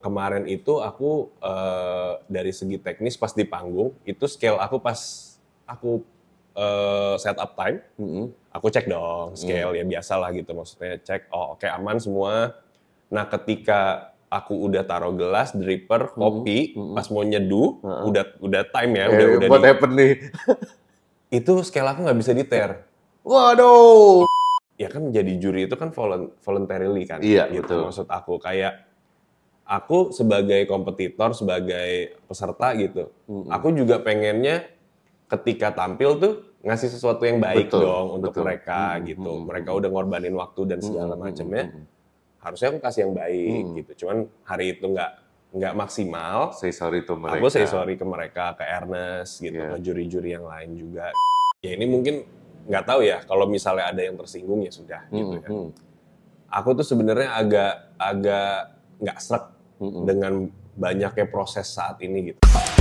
kemarin itu aku dari segi teknis pas di panggung itu scale aku pas aku setup time, aku cek dong scale ya biasa lah gitu, maksudnya cek oke aman semua. Nah ketika aku udah taruh gelas, dripper, kopi, pas mau nyeduh, udah time ya, udah What happened nih? itu scale aku nggak bisa diter. Waduh. Ya kan jadi juri itu kan voluntarily kan, Iya, gitu. betul. Maksud aku kayak aku sebagai kompetitor, sebagai peserta gitu, aku juga pengennya ketika tampil tuh ngasih sesuatu yang baik dong untuk mereka gitu. Mereka udah ngorbanin waktu dan segala macamnya. Harusnya aku kasih yang baik gitu. Cuman hari itu nggak maksimal. Say sorry to mereka. Aku say sorry ke mereka, ke Ernest gitu, ke juri-juri yang lain juga. Ya ini mungkin nggak tahu ya. Kalau misalnya ada yang tersinggung ya sudah gitu ya. Aku tuh sebenarnya agak nggak srek dengan banyaknya proses saat ini gitu.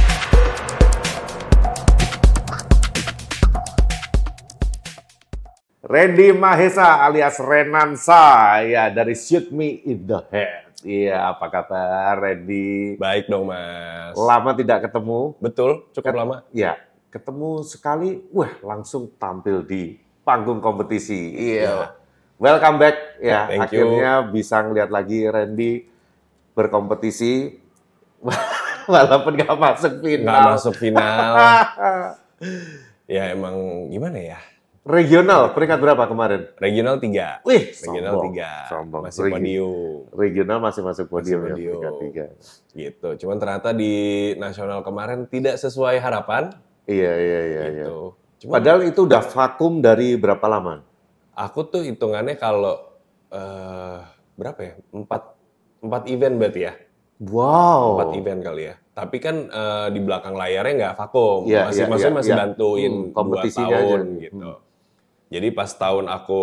Randy Mahesa alias Renansa ya dari Shoot Me in the Head. Iya, apa kabar Randy? Baik dong Mas. Lama tidak ketemu. Betul, cukup lama. Ya, ketemu sekali, langsung tampil di panggung kompetisi. Iya. Welcome back ya. Thank you. Akhirnya bisa ngeliat lagi Randy berkompetisi walaupun nggak masuk final. Nggak masuk final. Ya emang gimana ya? Regional peringkat berapa kemarin? Regional 3. Wih, Regional sombong, 3. sombong. Masih podium. Regional masih masuk podium, Masih ya, podium. peringkat 3. Gitu. Cuman ternyata di nasional kemarin tidak sesuai harapan. Iya. Gitu. Cuman, padahal itu udah vakum dari berapa lama? Aku tuh hitungannya kalau berapa ya? 4 event berarti ya? Wow. 4 event kali ya. Tapi kan di belakang layarnya nggak vakum. Iya, Masih bantuin 2 aja. tahun gitu. Jadi pas tahun aku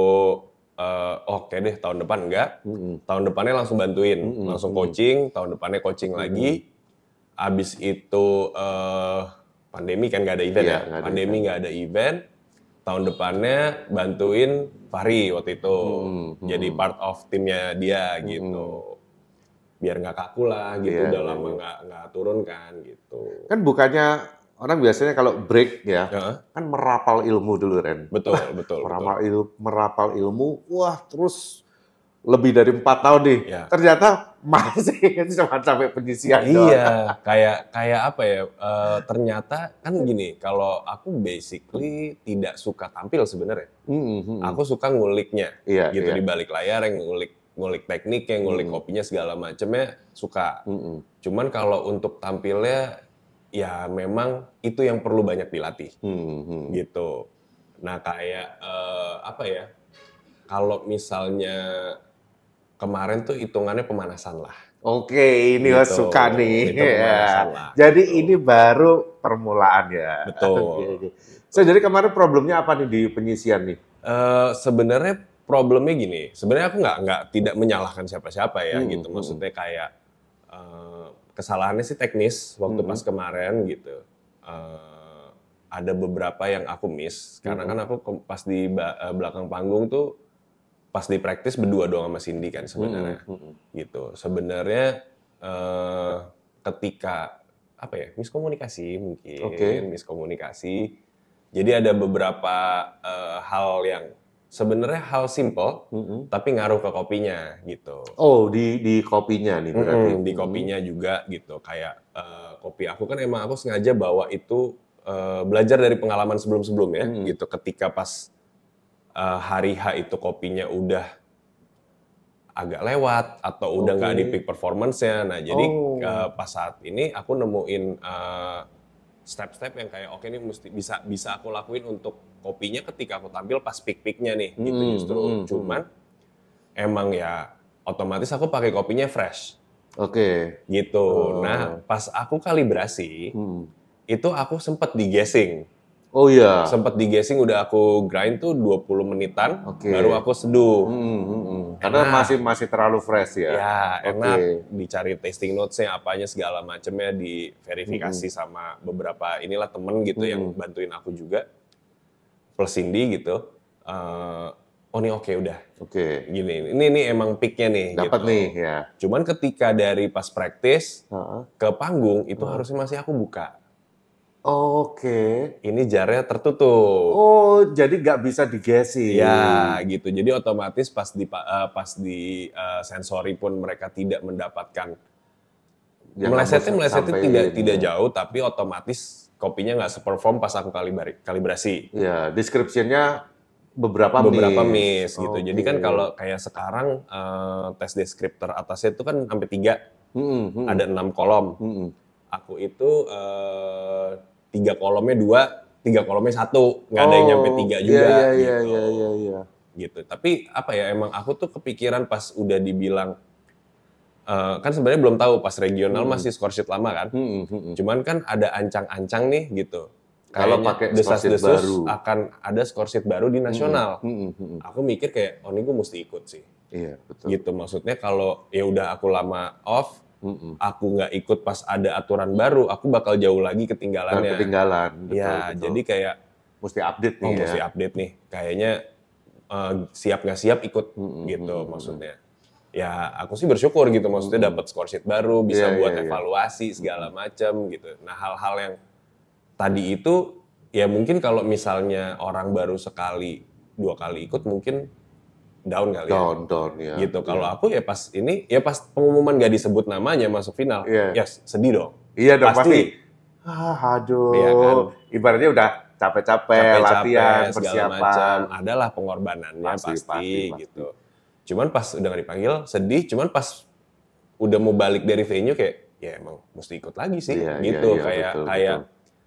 oke deh tahun depan enggak. Tahun depannya langsung bantuin, langsung coaching, tahun depannya coaching lagi. Abis itu pandemi kan nggak ada event ya. Pandemi nggak ada event. Tahun depannya bantuin Fahri waktu itu. Jadi part of timnya dia gitu. Biar nggak kaku lah gitu, udah lama nggak turun kan gitu. Kan bukannya orang biasanya kalau break ya, kan merapal ilmu dulu Ren. Betul. Merapal ilmu, wah terus lebih dari 4 tahun nih. Ya. Ternyata masih cuma sampai penyisian doang. Iya, kayak apa ya? Ternyata kan gini, kalau aku basically tidak suka tampil sebenarnya. Aku suka nguliknya, gitu di balik layar, yang ngulik tekniknya, ngulik kopinya segala macamnya suka. Cuman kalau untuk tampilnya ya memang itu yang perlu banyak dilatih, gitu. Nah kayak apa ya? Kalau misalnya kemarin tuh hitungannya pemanasan lah. Oke, ini gitu. suka nih. Itu pemanasan lah. Jadi ini baru permulaan ya. Betul. So, jadi kemarin problemnya apa nih di penyisian nih? Sebenarnya problemnya gini. Sebenarnya aku tidak menyalahkan siapa-siapa ya gitu. Maksudnya kayak kesalahannya sih teknis waktu pas kemarin gitu. Ada beberapa yang aku miss karena kan aku pas di belakang panggung tuh pas di praktis berdua doang sama Cindy kan sebenarnya. Gitu. Sebenarnya ketika apa ya? Miskomunikasi mungkin. Miskomunikasi. Jadi ada beberapa hal yang sebenarnya hal simple, tapi ngaruh ke kopinya gitu. Oh, di kopinya nih berarti. Di kopinya juga gitu. Kayak kopi aku kan emang aku sengaja bawa itu belajar dari pengalaman sebelum-sebelumnya gitu. Ketika pas hari H itu kopinya udah agak lewat atau udah nggak di peak performance-nya. Nah, jadi pas saat ini aku nemuin step-step yang kayak oke ini mesti bisa aku lakuin untuk kopinya ketika aku tampil pas peak-peaknya nih gitu justru. Cuman emang ya otomatis aku pakai kopinya fresh. Oke. Gitu. Nah, pas aku kalibrasi itu aku sempat di-guessing. Oh iya. Sempat di-guessing udah aku grind tuh 20 menitan baru aku seduh. Karena masih terlalu fresh ya. Ya, enak dicari tasting notes-nya apanya segala macamnya diverifikasi sama beberapa inilah temen gitu yang bantuin aku juga. Plus Cindy gitu. oh ini oke udah. Oke. Gini, ini emang peaknya nih. Dapat gitu. nih ya. Cuman ketika dari pas praktis Heeh. ke panggung itu harusnya masih aku buka. Oke. Ini jarnya tertutup. Oh, jadi nggak bisa digesing. Ya, gitu. Jadi otomatis pas di sensori pun mereka tidak mendapatkan Yang melesetnya kamu sampein, tidak ya. jauh, tapi otomatis kopinya nggak seperform pas aku kalibrasi. Ya, description-nya beberapa Miss gitu. Jadi Oke. kan kalau kayak sekarang tes deskriptor atasnya itu kan sampai 3, ada 6 kolom. Aku itu 3 kolomnya 2, 3 kolomnya 1, nggak ada yang nyampe 3 juga gitu. Iya. Gitu. Tapi apa ya, emang aku tuh kepikiran pas udah dibilang kan sebenarnya belum tahu pas regional masih score sheet lama kan. Cuman kan ada ancang-ancang nih gitu. Kalau Kayaknya pakai score sheet desas-desus baru. akan ada score sheet baru di nasional. Aku mikir kayak, oh ini gue mesti ikut sih. Iya, betul. Gitu, maksudnya kalau ya udah aku lama off, aku nggak ikut pas ada aturan baru, aku bakal jauh lagi ketinggalannya. Ketinggalan, betul, Ya, betul. jadi kayak, Mesti update nih oh ya. mesti update nih. Kayaknya siap nggak siap ikut gitu maksudnya. Ya aku sih bersyukur gitu, maksudnya dapat score sheet baru, bisa Iya, buat iya. evaluasi segala macam gitu. Nah hal-hal yang tadi itu ya mungkin kalau misalnya orang baru sekali 2 kali ikut mungkin down kali ya. Down ya. Gitu. Kalau aku ya pas pengumuman gak disebut namanya masuk final, Iya. ya sedih dong. Iya dong, pasti. Aduh. Iya kan? Ibaratnya udah capek-capek, latihan, segala persiapan. macam, adalah pengorbanannya Pasti. gitu. Cuman pas udah gak dipanggil sedih, cuman pas udah mau balik dari venue kayak ya emang mesti ikut lagi sih Iya, gitu. iya, kayak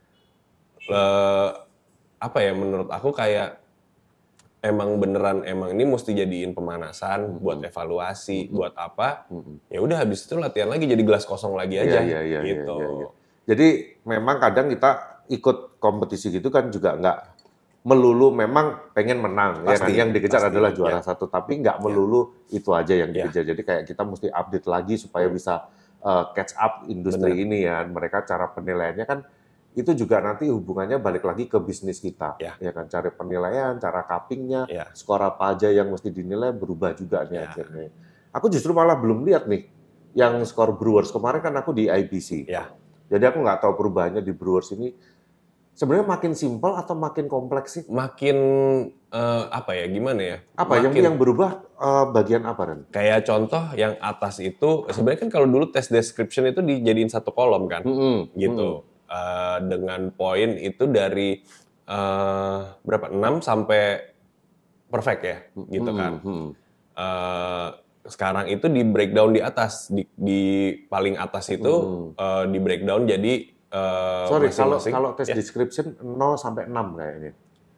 apa ya, menurut aku kayak emang beneran ini mesti jadiin pemanasan buat evaluasi, buat apa? Ya udah habis itu latihan lagi jadi gelas kosong lagi aja Iya, gitu. iya. Jadi memang kadang kita ikut kompetisi gitu kan juga nggak melulu memang pengen menang. Ya kan? Pasti, Yang dikejar pasti, adalah juara ya. satu, tapi nggak melulu itu aja yang Ya. dikejar. Jadi kayak kita mesti update lagi supaya bisa catch up industri ini ya. Mereka cara penilaiannya kan itu juga nanti hubungannya balik lagi ke bisnis kita. Ya. Ya kan, cara penilaian, cara cuppingnya, Ya. skor apa aja yang mesti dinilai berubah juga nih Ya. akhirnya. Aku justru malah belum lihat nih yang skor Brewers kemarin kan aku di IBC. Ya. Jadi aku nggak tahu perubahannya di Brewers ini sebenarnya makin simpel atau makin kompleks sih? Makin apa ya, gimana ya? Apa yang berubah bagian apa, Ren? Kayak contoh yang atas itu sebenarnya kan kalau dulu tes description itu dijadiin satu kolom kan, gitu. Dengan poin itu dari berapa 6 sampai perfect ya, gitu kan. Sekarang itu di breakdown di atas, di paling atas itu di breakdown jadi Sorry, masing-masing. kalau tes description 0 sampai 6 kayaknya.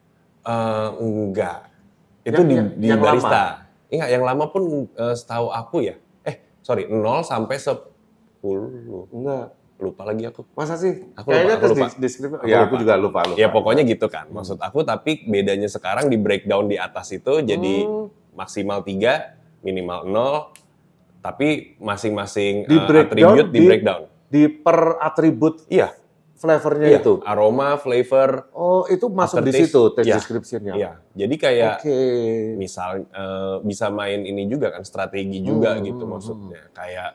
Enggak, itu di yang barista. lama? Enggak, yang lama pun setahu aku ya. Sorry, 0 sampai 10. Enggak. Lupa lagi aku. Masa sih? Aku Kayaknya lupa. tes description. Ya, aku juga lupa. Ya pokoknya gitu kan. Maksud aku, tapi bedanya sekarang di breakdown di atas itu jadi maksimal 3, minimal 0, tapi masing-masing atribut di breakdown. Di per atribut Iya. flavornya itu. Aroma, flavor. Oh, itu masuk di aftertaste. situ tes Iya. description-nya. Iya. Jadi kayak Oke. misal bisa main ini juga kan, strategi juga gitu maksudnya. Kayak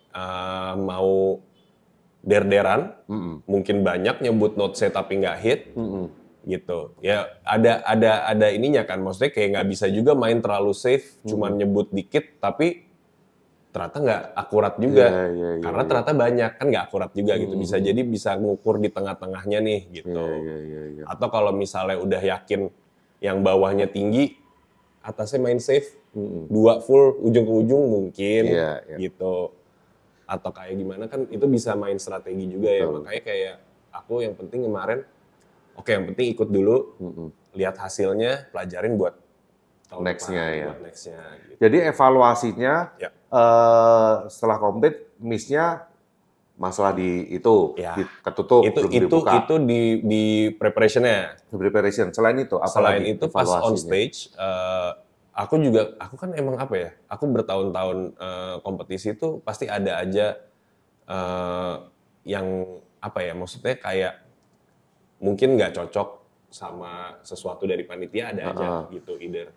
mau derderan, mungkin banyak nyebut note set tapi nggak hit, gitu. Ya ada ininya kan, maksudnya kayak nggak bisa juga main terlalu safe, cuman nyebut dikit tapi ternyata nggak akurat juga, karena ternyata banyak kan nggak akurat juga gitu. Bisa jadi bisa ngukur di tengah-tengahnya nih gitu. Iya. Atau kalau misalnya udah yakin yang bawahnya tinggi, atasnya main safe, 2 full ujung ke ujung mungkin, gitu. Atau kayak gimana kan itu bisa main strategi juga ya. Makanya kayak aku yang penting kemarin, oke yang penting ikut dulu, lihat hasilnya, pelajarin buat tahun Next-nya depan, ya. buat next-nya. Gitu. Jadi evaluasinya Ya. Setelah kompet, miss-nya masalah ketutup, belum dibuka. Itu di preparation-nya. Di preparation. Selain itu, apa Selain lagi itu pas on stage, aku kan emang apa ya, aku bertahun-tahun kompetisi itu pasti ada aja yang apa ya, maksudnya kayak mungkin nggak cocok sama sesuatu dari panitia, ada aja gitu, either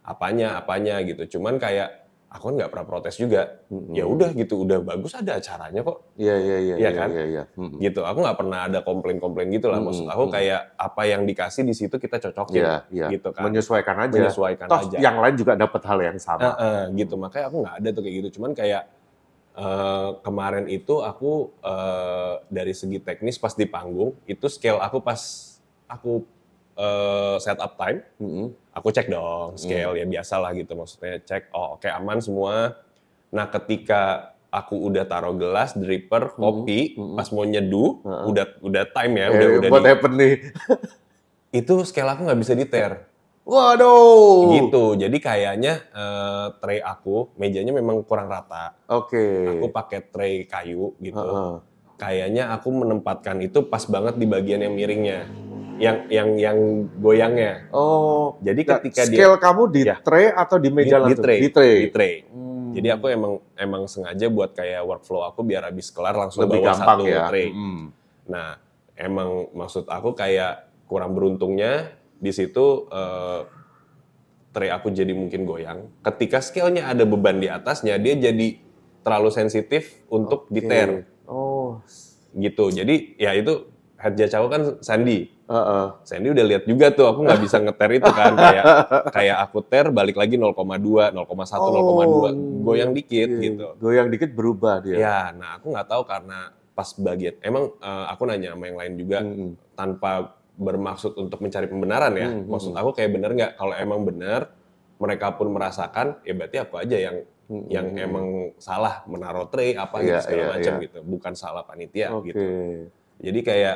apanya gitu. Cuman kayak aku kan nggak pernah protes juga. Ya udah gitu, udah bagus ada acaranya kok. Iya kan? Gitu. Aku nggak pernah ada komplain-komplain gitu lah. Maksud aku kayak apa yang dikasih di situ kita cocokin gitu kan. Menyesuaikan aja. Menyesuaikan Toh aja. yang lain juga dapat hal yang sama. Gitu. Makanya aku nggak ada tuh kayak gitu. Cuman kayak kemarin itu aku dari segi teknis pas di panggung itu scale aku pas aku setup time, aku cek dong scale ya biasa lah gitu, maksudnya cek oke aman semua. Nah ketika aku udah taruh gelas, dripper, kopi, pas mau nyeduh, udah time ya, udah What happened nih? itu scale aku nggak bisa diter. Waduh. Gitu, jadi kayaknya tray aku, mejanya memang kurang rata. Aku pakai tray kayu gitu. Kayaknya aku menempatkan itu pas banget di bagian yang miringnya, yang goyangnya. Jadi ketika scale kamu di tray atau di meja langsung? Di tray. Jadi aku emang sengaja buat kayak workflow aku biar habis kelar langsung lebih bawa gampang satu ya. tray. Nah, emang maksud aku kayak kurang beruntungnya di situ tray aku jadi mungkin goyang. Ketika scale-nya ada beban di atasnya, dia jadi terlalu sensitif untuk diter. Gitu. Jadi ya itu head judge aku kan Sandy. Sandy udah lihat juga tuh, aku nggak bisa ngeter itu kan. Kayak aku ter balik lagi 0,2, 0,1, 0,2. Goyang dikit gitu. Goyang dikit berubah dia. Ya, nah aku nggak tahu karena pas bagian. Emang aku nanya sama yang lain juga tanpa bermaksud untuk mencari pembenaran ya. Maksud aku kayak bener nggak? Kalau emang bener, mereka pun merasakan, ya berarti aku aja yang emang salah menaruh tray apa gitu segala macam gitu. Bukan salah panitia gitu. Jadi kayak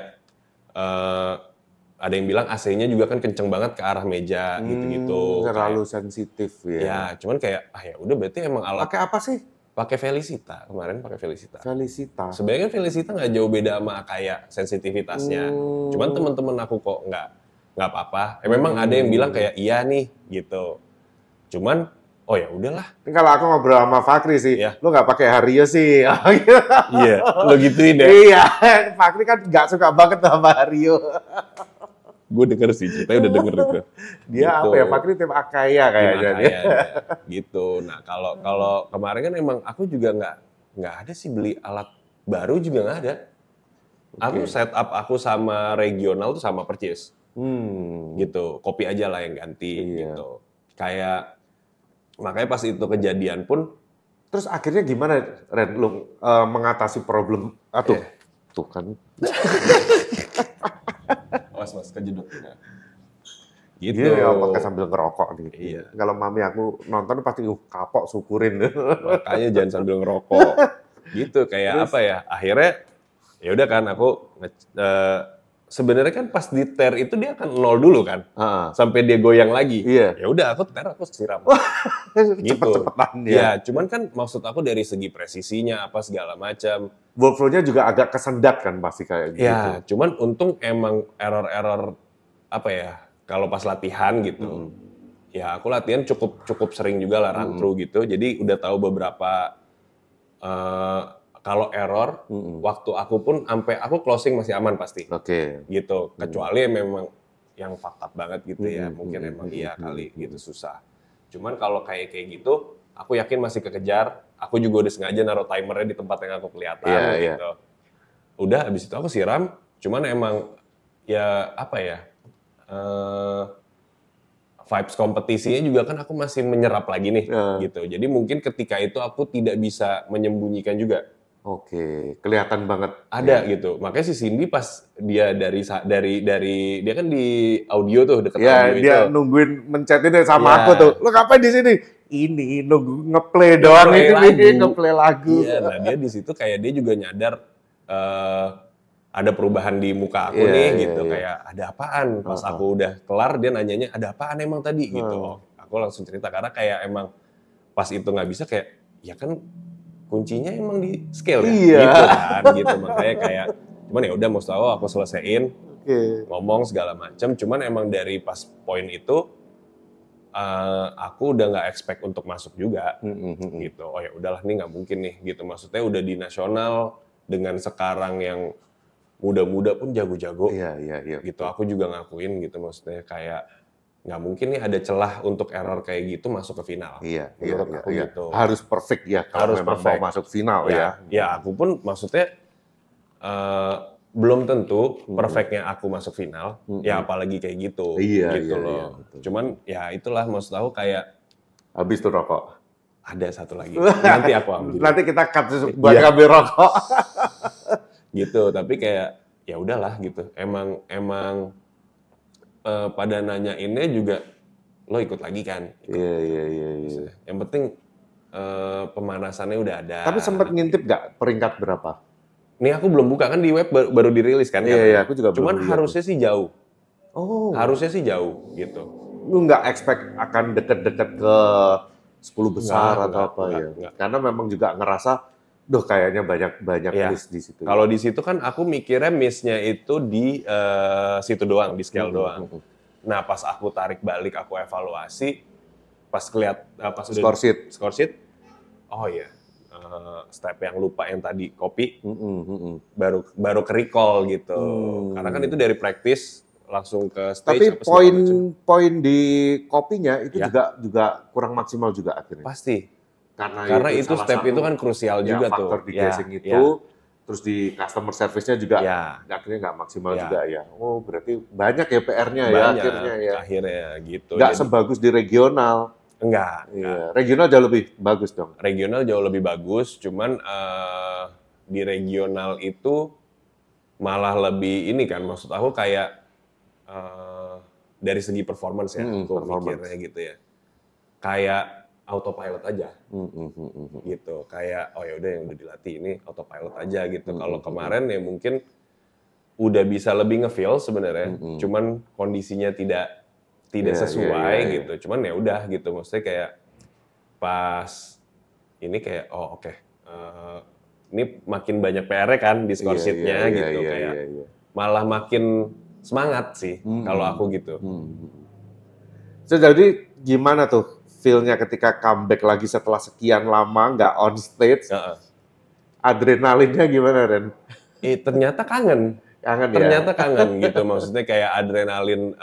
ada yang bilang AC-nya juga kan kenceng banget ke arah meja gitu-gitu. Terlalu sensitif ya. Ya, cuman kayak ya udah berarti emang alat. Pakai apa sih? Pakai Felicita, kemarin pakai Felicita. Felicita. Sebenarnya kan Felicita nggak jauh beda sama kayak sensitivitasnya. Cuman teman-teman aku kok nggak apa-apa. Memang ada yang bilang kayak iya nih gitu. Cuman oh ya udahlah. Kalau aku ngobrol sama Fakri sih, lu nggak pakai Hario sih. Iya, lo gituin deh. Iya, Fakri kan nggak suka banget sama Hario. Gue denger sih, ceritanya udah denger itu. Dia gitu. Apa ya, Fakri tim Akaya kayaknya. Gitu. Nah kalau kemarin kan emang aku juga nggak ada sih beli alat baru juga nggak ada. Aku setup aku sama regional tuh sama percis. Gitu, kopi aja lah yang ganti gitu. Kayak makanya pas itu kejadian pun. Terus akhirnya gimana Ren, lu mengatasi problem? Tuh kan. Mas kejedot. Gitu. Dia pakai sambil ngerokok nih. Iya. Kalau mami aku nonton pasti kapok syukurin. Makanya jangan sambil ngerokok. Gitu kayak apa ya? Akhirnya ya udah kan aku sebenarnya kan pas di ter itu dia akan 0 dulu kan. Sampai dia goyang lagi. Iya. Ya udah aku siram. Gitu. Cepet-cepetan ya. Cuman kan maksud aku dari segi presisinya apa segala macam. Workflow-nya juga agak kesendat kan pasti kayak gitu. Ya, cuman untung emang error apa ya? Kalau pas latihan gitu. Ya aku latihan cukup sering juga lah run through gitu. Jadi udah tahu beberapa kalau error waktu aku pun sampai aku closing masih aman pasti. Gitu. Kecuali memang yang fucked up banget gitu ya. Mungkin emang iya kali gitu susah. Cuman kalau kayak gitu, aku yakin masih kekejar. Aku juga udah sengaja naruh timernya di tempat yang aku kelihatan gitu. Udah habis itu aku siram. Cuman emang ya apa ya? Vibes kompetisinya juga kan aku masih menyerap lagi nih gitu. Jadi mungkin ketika itu aku tidak bisa menyembunyikan juga. Kelihatan banget. Ada gitu. Makanya si Cindy pas dia dari dia kan di audio tuh deket audio itu. Dia nungguin mencetin sama aku tuh. Lu ngapain di sini? Ini nunggu ngeplay doang ini ngeplay lagu. Iya, nah dia di situ kayak dia juga nyadar ada perubahan di muka aku nih gitu. Kayak ada apaan? Pas aku udah kelar dia nanyanya ada apaan emang tadi gitu. Aku langsung cerita karena kayak emang pas itu nggak bisa kayak ya kan kuncinya emang di scale ya gitu kan gitu. Makanya kayak cuman ya udah mau tahu aku selesaiin ngomong segala macam. Cuman emang dari pas poin itu aku udah nggak expect untuk masuk juga gitu. Oh ya udahlah nih nggak mungkin nih gitu. Maksudnya udah di nasional dengan sekarang yang muda-muda pun jago-jago gitu. Aku juga ngakuin gitu maksudnya kayak nggak mungkin nih ada celah untuk error kayak gitu masuk ke final. Iya, Menurut aku gitu. Harus perfect ya kalau Harus memang perfect. mau masuk final ya. Ya, aku pun maksudnya belum tentu perfectnya aku masuk final, ya apalagi kayak gitu, Iya, gitu iya, loh. iya, betul. Cuman ya itulah maksud aku kayak Habis itu rokok. ada satu lagi, nanti aku ambil. Nanti kita cut buat Iya. ngambil rokok. Gitu, tapi kayak ya udahlah gitu. Emang pada nanyainnya juga lo ikut lagi kan. Iya. Yang penting pemanasannya udah ada. Tapi sempat ngintip nggak peringkat berapa? Ini aku belum buka kan di web baru dirilis kan. Iya, aku juga belum Cuman lihat. harusnya sih jauh. Oh. Harusnya sih jauh gitu. Lu nggak expect akan deket-deket ke 10 besar atau apa ya? Enggak. Karena memang juga ngerasa, duh kayaknya banyak Iya. miss di situ. Kalau di situ kan aku mikirnya miss-nya itu di situ doang, di scale doang. Nah pas aku tarik balik, aku evaluasi, pas pas udah Score sheet. oh iya, step yang lupa yang tadi copy, baru ke recall gitu. Karena kan itu dari practice langsung ke stage. Tapi apa segala macam. poin di kopinya itu Ya. juga kurang maksimal juga akhirnya. Pasti. Karena itu salah step satu itu kan krusial juga tuh. faktor di guessing itu, terus di customer service-nya juga akhirnya nggak maksimal juga ya. Oh berarti banyak ya PR-nya ya banyak, akhirnya ya. Akhirnya gitu. Nggak sebagus di regional. Enggak. Iya. Regional jauh lebih bagus dong. Regional jauh lebih bagus, cuman di regional itu malah lebih ini kan, maksud aku kayak dari segi performance ya, aku mikirnya gitu ya. Kayak autopilot aja, gitu. Kayak oh ya udah yang udah dilatih ini autopilot aja gitu. Kalau kemarin ya mungkin udah bisa lebih ngefeel sebenarnya, cuman kondisinya tidak sesuai gitu. Cuman ya udah gitu, maksudnya kayak pas ini kayak oh oke. Ini makin banyak PR-nya kan di score sheet-nya gitu kayak malah makin semangat sih kalau aku gitu. So, jadi gimana tuh feel-nya ketika comeback lagi setelah sekian lama nggak on stage? Adrenalinnya gimana, Ren? Ternyata kangen. Ternyata kangen gitu, maksudnya kayak adrenalin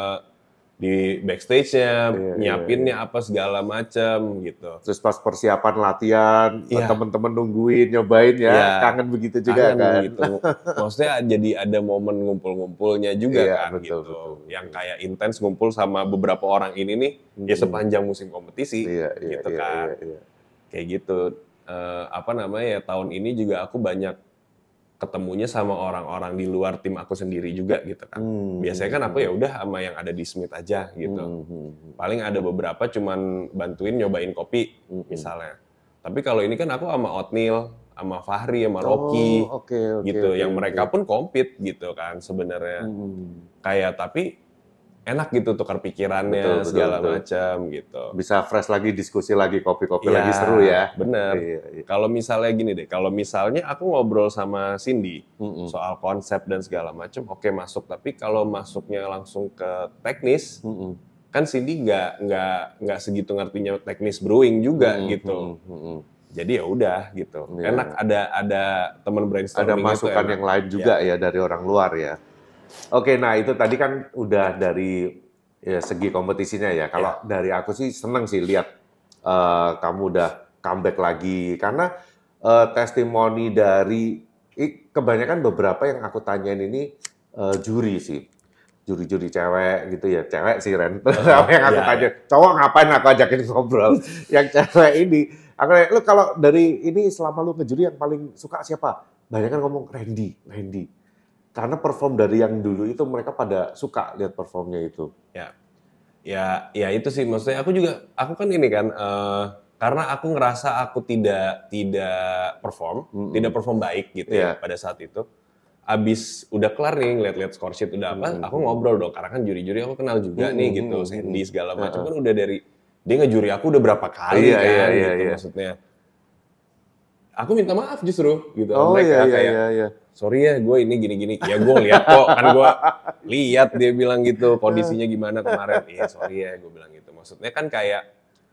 di backstage-nya, nyiapinnya apa segala macam gitu. Terus pas persiapan latihan, temen-temen nungguin, nyobain ya, kangen begitu juga kan? Gitu. Maksudnya jadi ada momen ngumpul-ngumpulnya juga kan betul, gitu. Betul. Yang kayak intens ngumpul sama beberapa orang ini nih, ya sepanjang musim kompetisi gitu kan. Kayak gitu. Tahun ini juga aku banyak ketemunya sama orang-orang di luar tim aku sendiri juga gitu kan. Biasanya kan aku ya udah sama yang ada di Smith aja gitu. Paling ada beberapa cuman bantuin nyobain kopi misalnya. Tapi kalau ini kan aku sama Otnil, sama Fahri, sama Rocky gitu. Yang mereka pun compete gitu kan sebenarnya. Kayak tapi enak gitu tukar pikirannya segala macam gitu. Bisa fresh lagi, diskusi lagi, kopi-kopi lagi seru ya. Bener. Kalau misalnya gini deh, kalau misalnya aku ngobrol sama Cindy soal konsep dan segala macam, oke masuk. Tapi kalau masuknya langsung ke teknis, kan Cindy nggak segitu ngertinya teknis brewing juga gitu. Jadi ya udah gitu. Enak ada teman brainstorming. Ada masukan yang lain juga ya dari orang luar ya. Oke, nah itu tadi kan udah dari segi kompetisinya ya. Kalau dari aku sih seneng sih lihat kamu udah comeback lagi. Karena testimoni dari kebanyakan beberapa yang aku tanyain ini juri sih. Juri-juri cewek gitu ya. Cewek sih Ren. Yang aku tanya. Cowok ngapain aku ajakin ngobrol. Yang cewek ini. Aku nanya, lu kalau dari ini selama lu ngejuri yang paling suka siapa? Banyak kan ngomong Randy. Karena perform dari yang dulu itu mereka pada suka lihat performnya itu. Ya itu sih maksudnya aku kan ini kan karena aku ngerasa aku tidak tidak perform baik gitu ya pada saat itu. Abis udah kelar nih ngeliat score sheet udah apa, aku ngobrol dong karena kan juri-juri aku kenal juga nih gitu, Sandy segala macam kan udah dari dia ngejuri aku udah berapa kali gitu maksudnya. Aku minta maaf justru gitu. Sorry ya, gue ini gini-gini. Ya gue lihat kok, kan gue lihat dia bilang gitu, kondisinya gimana kemarin. Iya sorry ya, gue bilang gitu. Maksudnya kan kayak,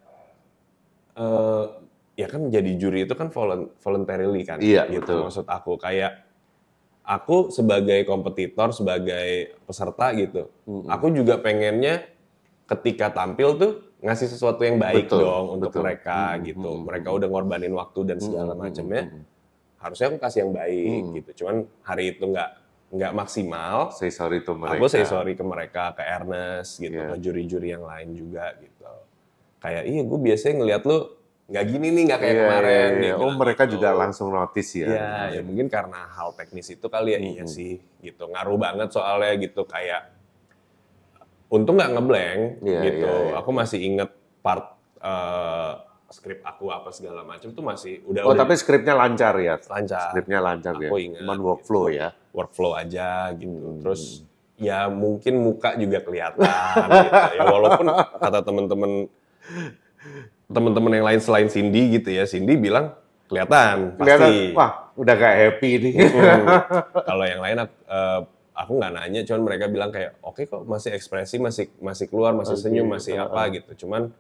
ya kan jadi juri itu kan voluntarily kan. Iya, gitu. betul. Maksud aku kayak, aku sebagai kompetitor, sebagai peserta gitu, aku juga pengennya ketika tampil tuh ngasih sesuatu yang baik Betul, dong untuk betul. mereka gitu. Mereka udah ngorbanin waktu dan segala macamnya. Harusnya aku kasih yang baik gitu. Cuman hari itu nggak maksimal. Say sorry to mereka. Aku say sorry ke mereka, ke Ernest gitu, Iya. ke juri-juri yang lain juga gitu. Kayak gue biasanya ngelihat lu nggak gini nih, nggak kayak Iya, kemarin. iya, Dia iya. Oh, bilang mereka gitu. juga langsung notice ya. Iya, ya mungkin karena hal teknis itu kali ya, iya sih gitu. Ngaruh banget soalnya gitu, kayak untung nggak ngeblank Iya, gitu. iya, iya. Aku masih inget part skrip aku apa segala macam tuh masih udah Oh, tapi skripnya lancar ya? lancar. Skripnya lancar ya? Aku ingat Cuman workflow ya? workflow aja gitu. Terus ya mungkin muka juga kelihatan gitu. Ya walaupun kata temen-temen yang lain selain Cindy gitu ya, Cindy bilang kelihatan pasti. Wah, udah gak happy nih. Kalau yang lain aku nggak nanya, cuman mereka bilang kayak oke kok, masih ekspresi masih keluar, masih senyum, masih apa gitu. Cuman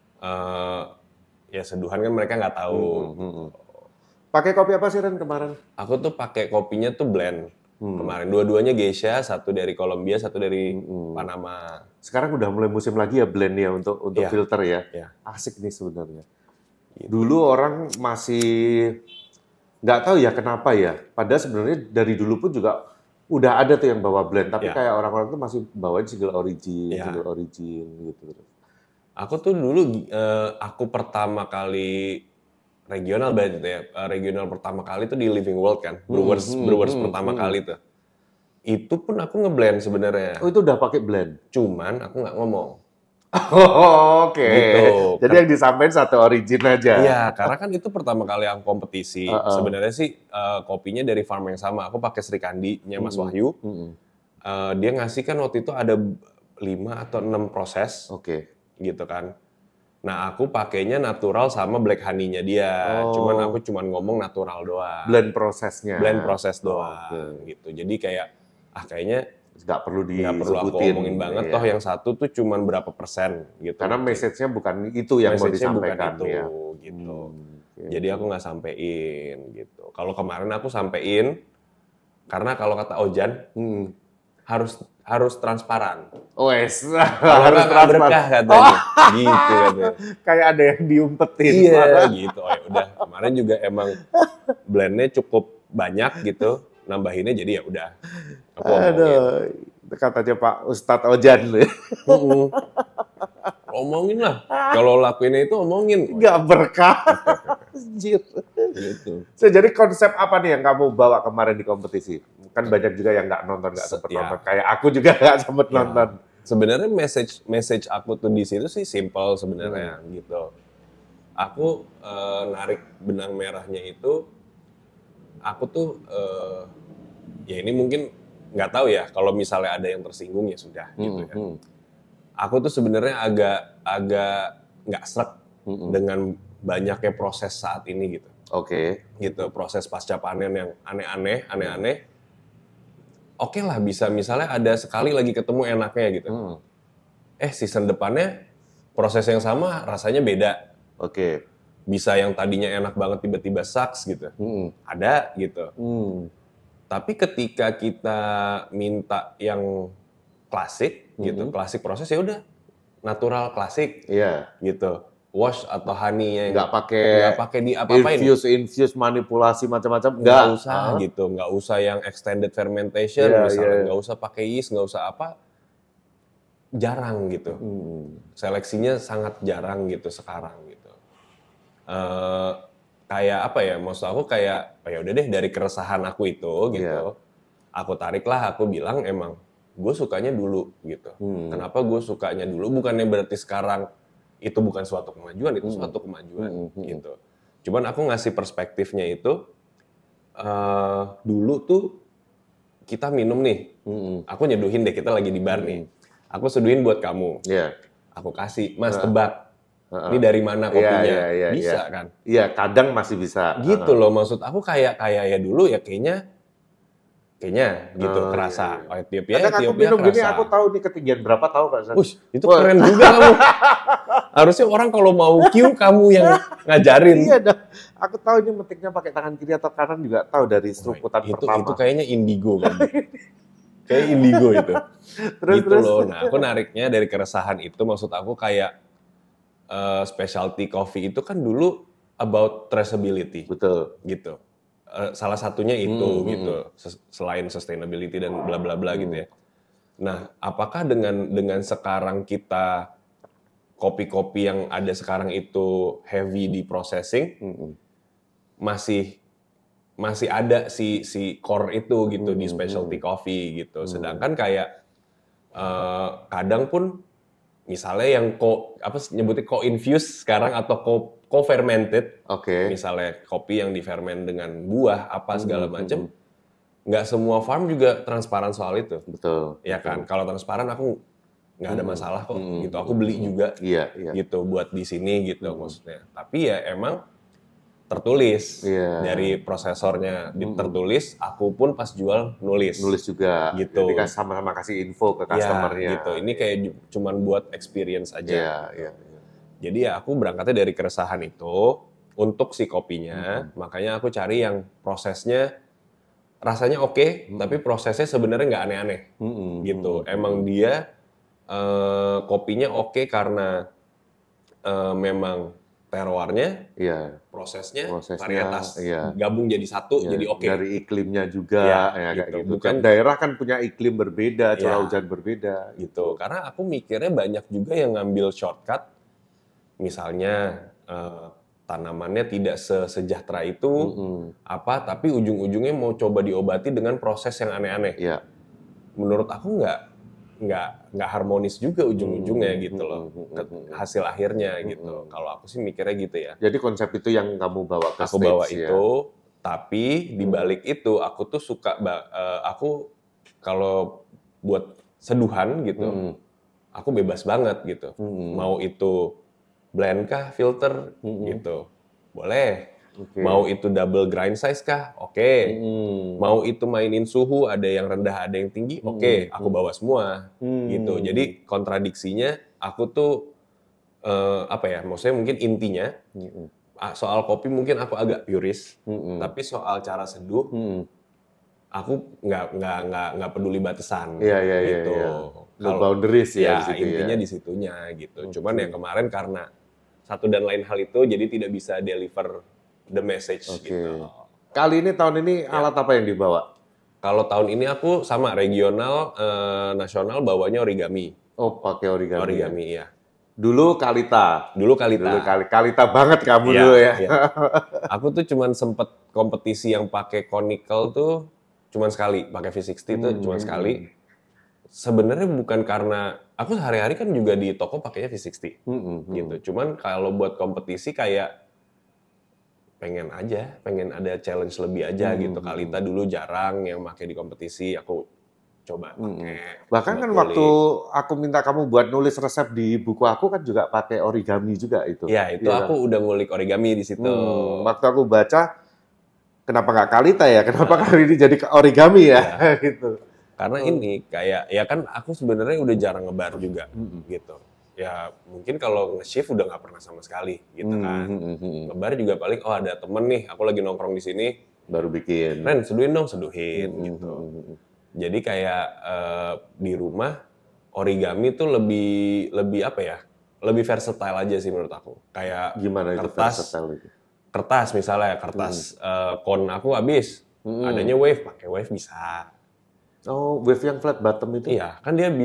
ya seduhan kan mereka nggak tahu. Pakai kopi apa sih Ren kemarin? Aku tuh pakai kopinya tuh blend kemarin. Dua-duanya geisha, satu dari Kolombia, satu dari Panama. Sekarang udah mulai musim lagi ya blend ya untuk Iya. filter ya. Iya. Asik nih sebenarnya. Dulu orang masih nggak tahu ya kenapa ya. Padahal sebenarnya dari dulu pun juga udah ada tuh yang bawa blend, tapi Iya. kayak orang-orang tuh masih bawain single origin, Iya. single origin gitu. Aku tuh dulu aku pertama kali regional berarti itu ya. Regional pertama kali tuh di Living World kan. Brewers pertama kali tuh. Itu pun aku ngeblend sebenarnya. Oh, itu udah pakai blend. Cuman aku nggak ngomong. Oh, oke. Gitu. Jadi yang disampaikan satu origin aja. Iya, karena kan itu pertama kali aku kompetisi. Sebenarnya sih kopinya dari farm yang sama. Aku pakai Sri Kandi-nya Mas Wahyu. Dia ngasih kan waktu itu ada 5 atau 6 proses. Oke. Gitu kan. Nah, aku pakainya natural sama black honey-nya dia. Cuman aku ngomong natural doang. Blend prosesnya. Blend proses doang gitu. Jadi kayak kayaknya nggak perlu nggak perlu aku disebutin. omongin banget. Iya. Toh yang satu tuh cuman berapa persen gitu. Karena message-nya bukan itu yang mau Message-nya bukan disampaikan itu ya. gitu. Oke. Jadi aku nggak sampein gitu. Kalau kemarin aku sampein karena kalau kata Ojan harus transparan. Wes, Kalau harus nggak berkah katanya. Gitu katanya. Kayak ada yang diumpetin. Iya gitu. Oh ya udah, kemarin juga emang blendnya cukup banyak gitu. Nambahinnya jadi ya udah. Aku omongin. Aduh, katanya Pak Ustadz Ojan. Omongin lah. Kalau lakuinnya itu omongin. Nggak berkah. Anjir. Gitu. So, jadi konsep apa nih yang kamu bawa kemarin di kompetisi? Kan banyak juga yang nggak nonton, nggak sempet Ya. nonton. Kayak aku juga nggak sempet nonton. Sebenarnya message aku tuh di situ sih simple sebenarnya gitu. Aku narik benang merahnya itu, aku tuh ya ini mungkin nggak tahu ya, kalau misalnya ada yang tersinggung ya sudah gitu ya. Aku tuh sebenarnya agak nggak srek dengan banyaknya proses saat ini gitu. Oke. Gitu, proses pasca panen yang aneh-aneh. Oke lah, bisa misalnya ada sekali lagi ketemu enaknya gitu. Season depannya proses yang sama rasanya beda. Oke. Bisa yang tadinya enak banget tiba-tiba sucks gitu. Ada gitu. Tapi ketika kita minta yang klasik gitu, klasik proses ya udah natural klasik Iya. gitu. Wash atau honey-nya Nggak pakai di apa-apain. infuse manipulasi macam-macam. Nggak usah gitu, nggak usah yang extended fermentation misalnya, nggak usah pakai yeast, nggak usah apa. Jarang gitu. Seleksinya sangat jarang gitu sekarang gitu. Kayak apa ya, maksud aku kayak ya udah deh dari keresahan aku itu gitu. Aku tariklah, aku bilang emang gue sukanya dulu gitu. Kenapa gue sukanya dulu? Bukannya berarti sekarang itu bukan suatu kemajuan, itu suatu kemajuan gitu. Cuman aku ngasih perspektifnya itu, dulu tuh kita minum nih, aku nyeduhin deh, kita lagi di bar nih. Aku seduhin buat kamu. Aku kasih, Mas tebak, ini dari mana kopinya? Bisa kan? Iya, kadang masih bisa. Gitu loh, maksud aku kayak ya dulu ya kayaknya gitu kerasa. Ethiopia Kadang aku minum gini, kerasa. aku tahu nih ketinggian berapa, tahu nggak? Wush, itu keren juga kamu. Harusnya orang kalau mau Q kamu yang ngajarin. Iya dah. Aku tahu ini metiknya pakai tangan kiri atau kanan juga tahu dari seruputan pertama. Itu kayaknya indigo kan. kayak indigo itu. Terus, Gitu loh. Nah, aku nariknya dari keresahan itu, maksud aku kayak specialty coffee itu kan dulu about traceability. Betul. Gitu. Salah satunya itu gitu. Selain sustainability dan bla bla bla gitu ya. Nah, apakah dengan sekarang kita kopi-kopi yang ada sekarang itu heavy di processing, masih ada si core itu gitu di specialty coffee gitu. Sedangkan kayak kadang pun misalnya yang nyebutnya co-infused sekarang atau co-fermented, misalnya kopi yang difermen dengan buah apa segala macam, nggak semua farm juga transparan soal itu. Betul. Ya kan, kalau transparan aku nggak ada masalah kok gitu. Aku beli juga gitu buat di sini gitu maksudnya. Tapi ya emang tertulis dari prosesornya tertulis, aku pun pas jual nulis juga gitu. Jadi kan sama-sama kasih info ke customernya gitu. Ini kayak cuman buat experience aja jadi ya aku berangkatnya dari keresahan itu untuk si kopinya, makanya aku cari yang prosesnya rasanya oke, tapi prosesnya sebenarnya nggak aneh-aneh gitu. Emang dia kopinya oke karena memang terroirnya, prosesnya, varietas gabung jadi satu, jadi oke. Dari iklimnya juga, kayak gitu. Bukan daerah kan punya iklim berbeda, curah hujan berbeda. Gitu. Karena aku mikirnya banyak juga yang ngambil shortcut, misalnya tanamannya tidak sesejahtera itu, tapi ujung-ujungnya mau coba diobati dengan proses yang aneh-aneh. Menurut aku nggak harmonis juga ujung-ujungnya gitu loh, hasil akhirnya gitu. Kalau aku sih mikirnya gitu ya. Jadi konsep itu yang kamu bawa ke aku bawa itu, tapi di balik itu aku tuh suka, aku kalau buat seduhan gitu, aku bebas banget gitu. Mau itu blend kah, filter gitu, boleh. Mau itu double grind size kah? Oke. Mau itu mainin suhu, ada yang rendah, ada yang tinggi, oke. Aku bawa semua, gitu. Jadi kontradiksinya, aku tuh maksudnya mungkin intinya soal kopi mungkin aku agak puris, tapi soal cara seduh, aku nggak peduli batasan, gitu. No boundaries ya, intinya di situnya gitu. Cuman yang kemarin karena satu dan lain hal itu, jadi tidak bisa deliver the message gitu. Kali ini tahun ini alat apa yang dibawa? Kalau tahun ini aku sama regional, nasional bawanya origami. Oh, pakai origami. Origami ya. Dulu Kalita. Kalita banget kamu dulu ya. Aku tuh cuman sempet kompetisi yang pakai conical tuh cuman sekali, pakai V60 tuh cuman sekali. Sebenarnya bukan karena aku sehari-hari kan juga di toko pakainya V60 gitu. Cuman kalau buat kompetisi kayak pengen ada challenge lebih aja gitu. Kalita dulu jarang yang pakai di kompetisi, aku coba pakai. Bahkan kan waktu aku minta kamu buat nulis resep di buku aku kan juga pakai origami juga itu. Ya, itu aku udah ngulik origami di situ. Waktu aku baca, kenapa nggak Kalita ya? Kenapa kali ini jadi origami ya? Gitu. Karena ini kayak, ya kan aku sebenarnya udah jarang ngebar juga gitu. Ya mungkin kalau nge-shift udah nggak pernah sama sekali gitu kan. Ngebar juga paling, ada temen nih, aku lagi nongkrong di sini. Baru bikin. Ren, seduhin dong, seduhin gitu. Jadi kayak di rumah, origami tuh lebih apa ya, lebih versatile aja sih menurut aku. Kayak gimana itu versatile itu? Kertas misalnya, kon aku habis, adanya wave, pakai wave bisa. Oh, wave yang flat bottom itu? Iya, kan dia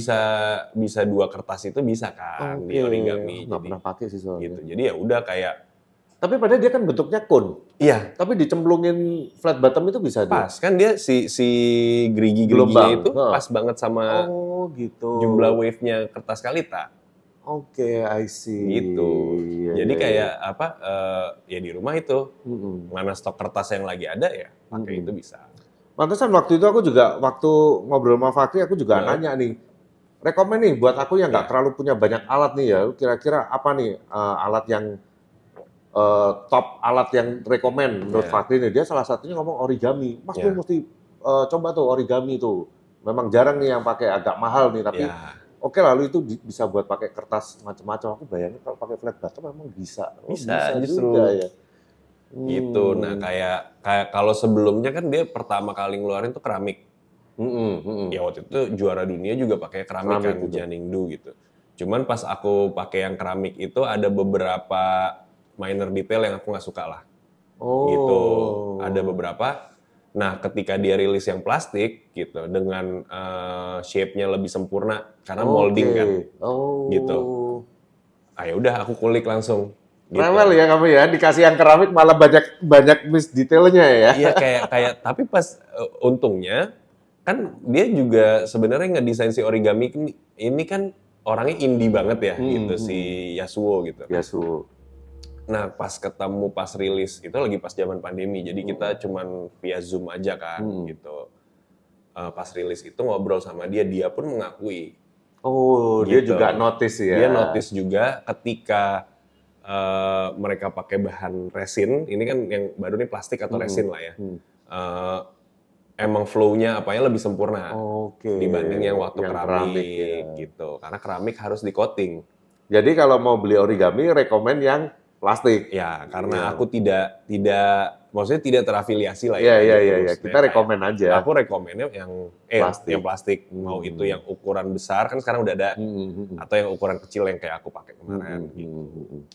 bisa 2 kertas itu bisa kan di origami. Nggak pernah pakai sih soalnya. Gitu. Jadi ya udah kayak. Tapi padahal dia kan bentuknya cone. Iya. Tapi dicemplungin flat bottom itu bisa pas, kan dia si gerigi-geriginya itu pas banget sama jumlah wave-nya kertas Kalita. Oke, I see. Gitu. Jadi kayak ya di rumah itu, mana stok kertas yang lagi ada ya pakai itu bisa. Pantesan waktu itu aku juga, waktu ngobrol sama Fakri, aku juga nanya nih, rekomen nih buat aku yang nggak terlalu punya banyak alat nih ya, kira-kira apa nih alat yang top alat yang rekomen menurut Fakri nih. Dia salah satunya ngomong origami. Mas lu mesti coba tuh origami tuh. Memang jarang nih yang pakai, agak mahal nih, tapi oke, lalu itu bisa buat pakai kertas macam-macam. Aku bayangin kalau pakai flat bottom memang bisa. Bisa justru. Juga ya. Gitu. Nah, kayak kalau sebelumnya kan dia pertama kali ngeluarin tuh keramik. Ya waktu itu juara dunia juga pakai keramik kan, Keramik itu. Jianingdu gitu. Cuman pas aku pakai yang keramik itu ada beberapa minor detail yang aku nggak suka lah. Gitu. Ada beberapa. Nah, ketika dia rilis yang plastik gitu dengan shape-nya lebih sempurna karena molding kan. Gitu. Ah ya udah aku kulik langsung. Gitu. Rewel ya kamu ya, dikasih yang keramik malah banyak miss detailnya ya. Iya kayak tapi pas untungnya kan dia juga sebenarnya ngedesain si origami ini kan orangnya indie banget ya gitu si Yasuo gitu. Yasuo. Nah pas ketemu pas rilis itu lagi pas zaman pandemi jadi kita cuman via Zoom aja kan gitu. Pas rilis itu ngobrol sama dia pun mengakui. Oh, Gitu. dia juga notice ya. Dia notice juga ketika mereka pakai bahan resin, ini kan yang baru nih plastik atau resin lah ya. Emang flow-nya apanya lebih sempurna dibanding yang waktu keramik ya. gitu. Karena keramik harus di-coating. Jadi kalau mau beli origami, rekomen yang plastik. Ya, karena aku tidak maksudnya tidak terafiliasi lah ya. ya. Iya. Kita rekomen aja. Aku rekomennya yang plastik. Mau itu yang ukuran besar kan sekarang udah ada, atau yang ukuran kecil yang kayak aku pakai kemarin. Gitu.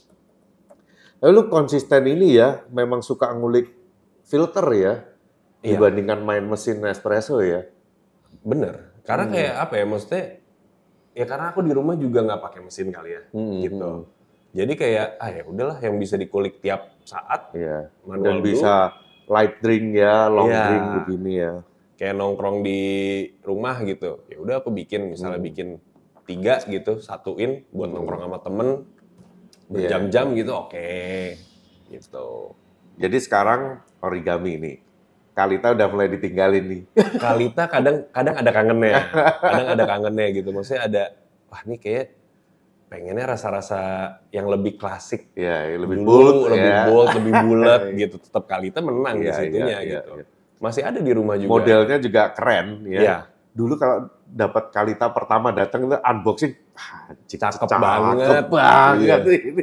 Lalu konsisten ini ya, memang suka ngulik filter ya, dibandingkan main mesin espresso ya. Bener, karena kayak apa ya, maksudnya ya karena aku di rumah juga nggak pakai mesin kali ya, gitu. Jadi kayak ya udahlah yang bisa dikulik tiap saat, manual. Dan bisa light drink ya, long drink begini ya. Kayak nongkrong di rumah gitu, ya udah aku bikin misalnya bikin 3 gitu, satuin buat nongkrong sama temen. Berjam-jam gitu, oke. Gitu. Jadi sekarang origami nih. Kalita udah mulai ditinggalin nih. Kalita kadang ada kangennya gitu. Maksudnya ada, wah ini kayak pengennya rasa-rasa yang lebih klasik. Ya, lebih dulu, bold, lebih bulat gitu. Tetap Kalita menang di situnya gitu. Masih ada di rumah juga. Modelnya juga keren ya. Dulu kalau dapat Kalita pertama datang itu unboxing, cakep banget ini,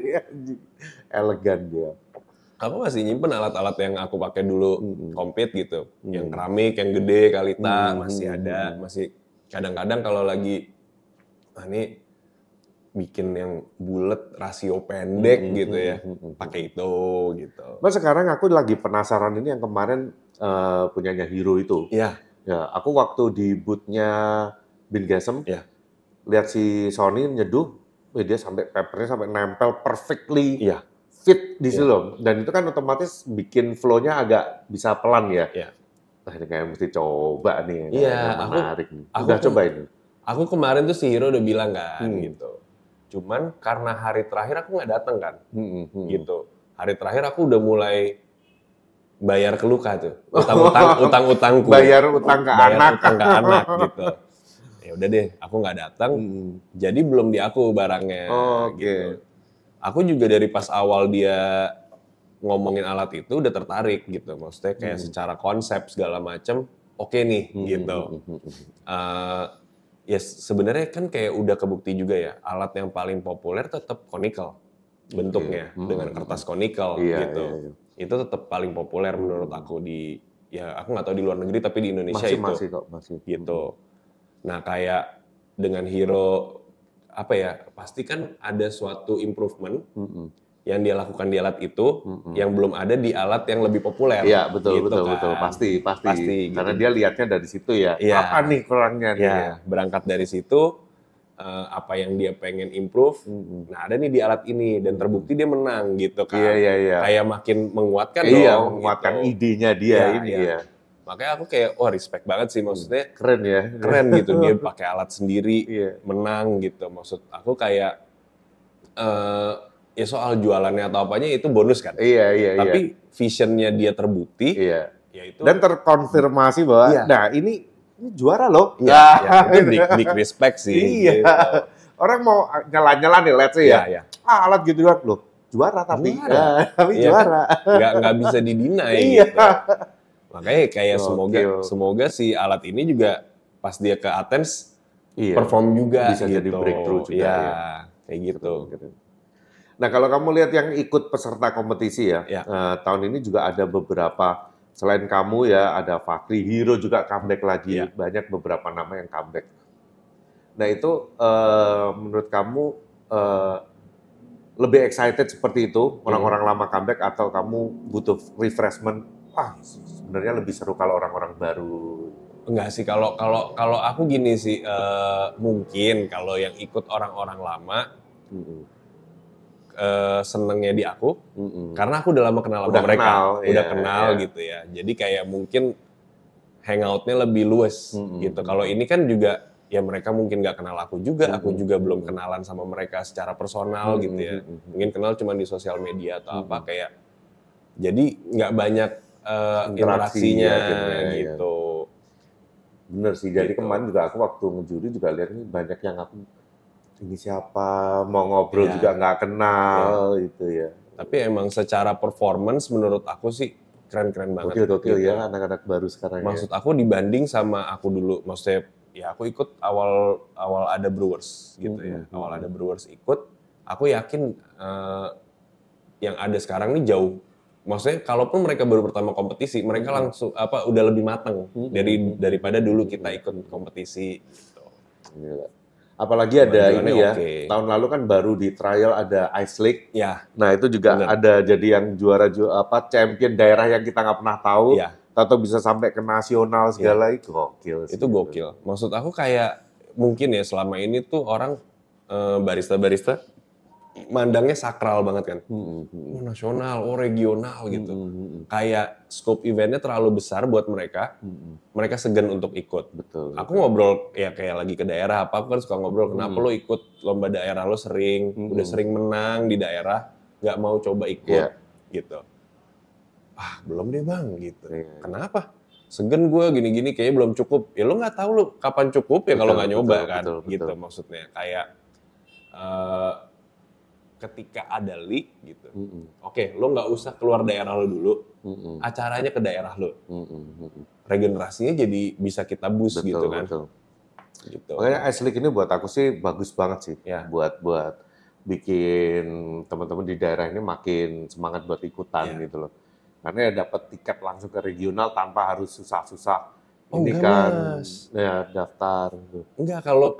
elegan dia. Aku masih nyimpen alat-alat yang aku pakai dulu kompet gitu, yang keramik, yang gede Kalita masih ada, masih kadang-kadang kalau lagi, ini bikin yang bulat rasio pendek gitu ya, pakai itu gitu. Mas sekarang aku lagi penasaran ini yang kemarin punyanya Hero itu. Iya. Ya, aku waktu di booth-nya Bin Gesem, lihat si Sony nyeduh, dia sampai papernya sampai nempel perfectly fit di situ loh. Dan itu kan otomatis bikin flow-nya agak bisa pelan ya. Nah ini kayak mesti coba nih, menarik nih. Udah coba ini. Aku kemarin tuh si Hero udah bilang kan gitu. Cuman karena hari terakhir aku nggak datang kan, gitu. Hari terakhir aku udah mulai bayar ke Luka tuh, utang-utangku. Bayar utang ke anak gitu. Ya udah deh, aku nggak datang. Jadi belum di aku barangnya. Gitu. Aku juga dari pas awal dia ngomongin alat itu udah tertarik gitu. Maksudnya kayak secara konsep segala macem, oke nih gitu. Ya sebenarnya kan kayak udah kebukti juga ya, alat yang paling populer tetap conical bentuknya dengan kertas conical gitu. Itu tetap paling populer menurut aku aku nggak tahu di luar negeri tapi di Indonesia masih. Gitu. Nah kayak dengan Hero pasti kan ada suatu improvement yang dia lakukan di alat itu yang belum ada di alat yang lebih populer. Iya betul gitu betul pasti. Karena gitu. Dia lihatnya dari situ ya. Apa nih kurangnya nih? Ya, berangkat dari situ apa yang dia pengen improve. Nah ada nih di alat ini dan terbukti dia menang gitu kan. Iya. Kayak makin menguatkan menguatkan gitu. idenya dia ya. Makanya aku kayak respect banget sih maksudnya. Keren ya. Keren gitu dia pakai alat sendiri menang gitu. Maksud aku kayak ya soal jualannya atau apanya itu bonus kan. Iya. Tapi visionnya dia terbukti. Iya. Ya itu. Dan terkonfirmasi bahwa nah ini juara loh. Itu big respect sih. Iya. Gitu. Orang mau nyala-nyala nih, let's say ya. Alat gitu loh, juara tapi juara. Kan? Nggak bisa didinai gitu. Makanya kayak semoga si alat ini juga pas dia ke Athens perform juga bisa gitu. jadi breakthrough juga kayak gitu. Nah kalau kamu lihat yang ikut peserta kompetisi tahun ini juga ada beberapa selain kamu ya ada Fakri, Hero juga comeback lagi, Iya. banyak beberapa nama yang comeback. Nah itu menurut kamu lebih excited seperti itu orang-orang lama comeback atau kamu butuh refreshment? Wah sebenarnya lebih seru kalau orang-orang baru. Enggak sih, kalau aku gini sih, mungkin kalau yang ikut orang-orang lama senengnya di aku, karena aku udah lama kenal sama mereka, udah kenal gitu ya. Jadi kayak mungkin hangoutnya lebih luas gitu. Kalau ini kan juga ya mereka mungkin nggak kenal aku juga, aku juga belum kenalan sama mereka secara personal gitu ya. Mungkin kenal cuma di sosial media atau apa kayak. Jadi nggak banyak interaksinya gitu. Bener sih, jadi kemarin juga aku waktu ngejuri juga lihat nih banyak yang aku ini siapa, mau ngobrol juga nggak kenal gitu ya. Tapi emang secara performance menurut aku sih keren-keren banget. Gokil gitu. Ya anak-anak baru sekarang. Maksud aku dibanding sama aku dulu, maksudnya ya aku ikut awal ada Brewers gitu ya. Awal ada Brewers ikut, aku yakin yang ada sekarang nih jauh. Maksudnya kalaupun mereka baru pertama kompetisi, mereka langsung udah lebih matang daripada dulu kita ikut kompetisi. Gitu. Gila. Apalagi ada ini ya, tahun lalu kan baru di trial ada Ice League. Ya. Nah itu juga ada jadi yang juara champion daerah yang kita nggak pernah tahu, atau bisa sampai ke nasional segala itu gokil. Itu gokil. Maksud aku kayak mungkin ya selama ini tuh orang barista-barista mandangnya sakral banget kan. Oh nasional, oh regional gitu. Kayak scope eventnya terlalu besar buat mereka. Mereka segan untuk ikut. Betul. Aku ngobrol ya kayak lagi ke daerah apa, aku kan suka ngobrol kenapa lo ikut lomba daerah lo sering, udah sering menang di daerah, nggak mau coba ikut gitu. Ah belum deh bang gitu. Kenapa? Segan gue gini-gini kayaknya belum cukup. Ya lo nggak tahu lo kapan cukup ya kalau nggak nyoba kan. Gitu maksudnya kayak ketika ada league gitu, oke, lo nggak usah keluar daerah lo dulu, acaranya ke daerah lo, regenerasinya jadi bisa kita boost gitu kan. Gitu. Makanya Ice League ini buat aku sih bagus banget sih, buat bikin teman-teman di daerah ini makin semangat buat ikutan gitu loh. Karena ya dapat tiket langsung ke regional tanpa harus susah-susah. Ini kan ya daftar. Enggak,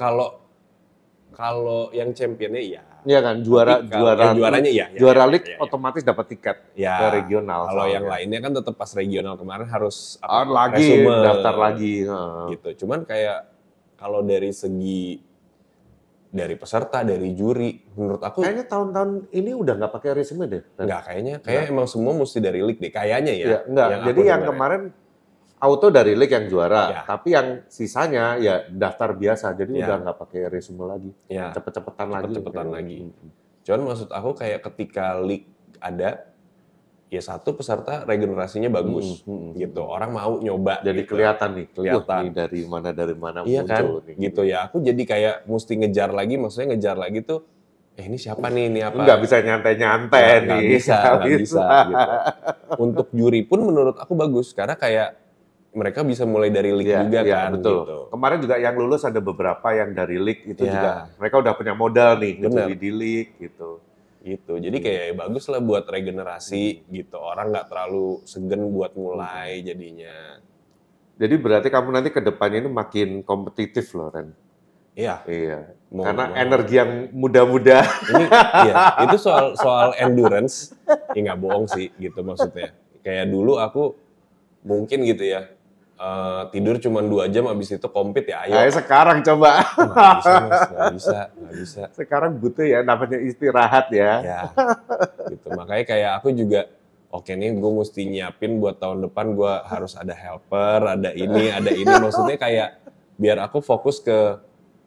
kalau yang championnya iya kan juaranya juara league otomatis dapat tiket ke regional. Kalau yang lainnya kan tetap pas regional kemarin harus daftar lagi gitu. Cuman kayak kalau dari segi dari peserta, dari juri, menurut aku kayaknya tahun-tahun ini udah nggak pakai resume deh. Enggak, kayaknya emang semua mesti dari league deh, kayaknya ya. Enggak, jadi yang kemarin auto dari league yang juara, tapi yang sisanya ya daftar biasa, jadi udah nggak pakai resume lagi, cepet-cepetan lagi. Cuman maksud aku kayak ketika league ada, ya satu peserta regenerasinya bagus, gitu. Orang mau nyoba. Jadi gitu. kelihatan nih, dari mana iya muncul kan? Nih. Gitu ya. Aku jadi kayak mesti ngejar lagi, maksudnya ngejar lagi tuh. Ini siapa nih? Ini apa? Nggak bisa nyantai-nyantai nih. Nggak bisa. Gitu. Untuk juri pun menurut aku bagus, karena kayak mereka bisa mulai dari league juga kan. Betul. Gitu. Kemarin juga yang lulus ada beberapa yang dari league itu juga. Mereka udah punya modal nih, ngejuri di league gitu. Jadi kayak bagus lah buat regenerasi gitu. Orang nggak terlalu segan buat mulai jadinya. Jadi berarti kamu nanti ke depannya ini makin kompetitif loh, Ren. Iya. Karena energi yang muda-muda. Ini itu soal endurance. Ya nggak bohong sih gitu maksudnya. Kayak dulu aku mungkin gitu ya. Tidur cuma 2 jam abis itu compete ya ayo. Sekarang coba. Nggak bisa. Sekarang butuh ya namanya istirahat ya. Gitu. Makanya kayak aku juga oke nih gue mesti nyiapin buat tahun depan gue harus ada helper, ada ini. Maksudnya kayak biar aku fokus ke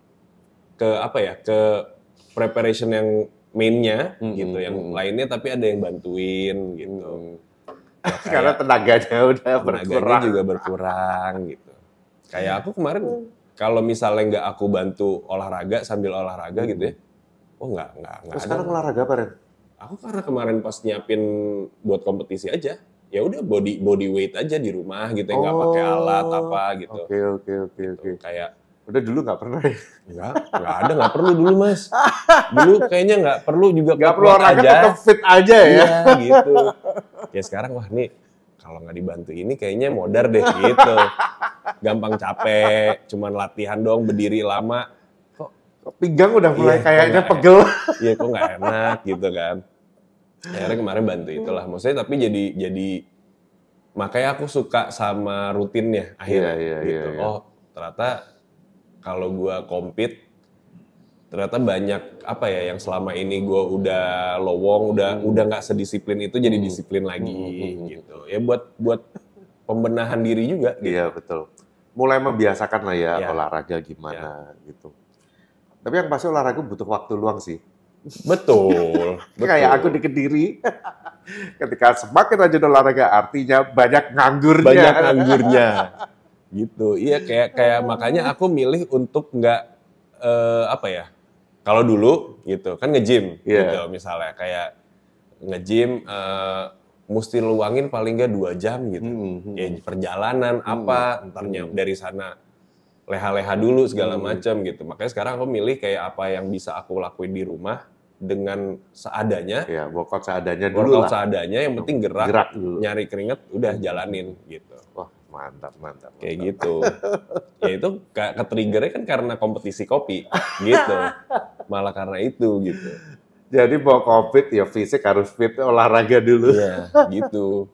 preparation yang mainnya gitu. Yang lainnya tapi ada yang bantuin gitu. Karena tenaganya juga berkurang gitu. Kayak aku kemarin kalau misalnya nggak aku bantu olahraga sambil olahraga gitu ya, nggak. Sekarang olahraga apa Ren? Aku karena kemarin pas nyiapin buat kompetisi aja, ya udah body weight aja di rumah gitu, nggak pakai alat apa gitu. Oke. Kayak udah dulu nggak pernah ya? Nggak perlu dulu mas. Dulu kayaknya nggak perlu juga. Nggak perlu olahraga, tetap fit aja ya. Iya gitu. Ya sekarang wah nih kalau nggak dibantu ini kayaknya modar deh gitu. Gampang capek, cuman latihan doang berdiri lama. Pinggang udah mulai Iya, kayaknya kok pegel. Iya, kok nggak enak gitu kan. Akhirnya kemarin bantu itulah. Maksudnya tapi jadi makanya aku suka sama rutinnya akhirnya gitu. Iya. Oh, ternyata kalau gua compete ternyata banyak apa ya yang selama ini gua udah lowong, udah nggak sedisiplin itu jadi disiplin lagi gitu. Ya buat pembenahan diri juga gitu. Iya, betul. Mulai membiasakan lah ya Iya. olahraga gimana gitu. Tapi yang pasti olahraga butuh waktu luang sih. Betul. Kayak aku di Kediri, ketika semakin rajin olahraga artinya banyak nganggurnya. Banyak anggurnya gitu. Iya, kayak makanya aku milih untuk nggak apa ya, kalau dulu gitu kan nge-gym gitu misalnya kayak nge-gym mesti luangin paling nggak 2 jam gitu. Ya perjalanan apa entarnya dari sana leha-leha dulu segala macam gitu. Makanya sekarang aku milih kayak apa yang bisa aku lakuin di rumah dengan seadanya. Ya, workout seadanya dulu Workout lah. seadanya, yang penting gerak dulu. nyari keringet, udah jalanin gitu. Wah, mantap. Kayak gitu. Ya itu ke-triggernya kan karena kompetisi kopi gitu. Malah karena itu gitu. Jadi mau COVID ya fisik harus fit, olahraga dulu. Iya, gitu.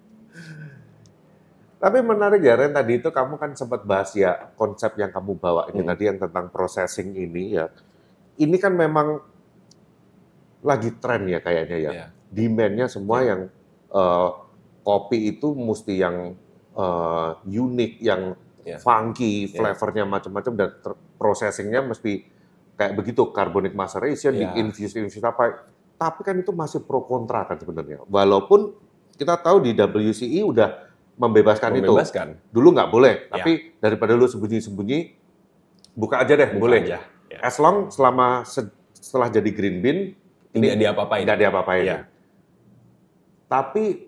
Tapi menarik ya Ren, tadi itu kamu kan sempat bahas ya konsep yang kamu bawa ini tadi yang tentang processing ini ya. Ini kan memang lagi tren ya kayaknya ya. Iya. Demand-nya semua yang kopi itu mesti yang unik, yang funky, flavornya macam-macam dan processing-nya mesti kayak begitu, carbonic maceration, di infuse apa. Tapi kan itu masih pro kontra kan sebenarnya. Walaupun kita tahu di WCE udah membebaskan itu. Dulu nggak boleh, tapi daripada lu sembunyi-sembunyi, buka aja deh, boleh. Aja. Ya. As long setelah jadi green bean, tidak diapa-apain. Tidak diapa-apain. Ya. Tapi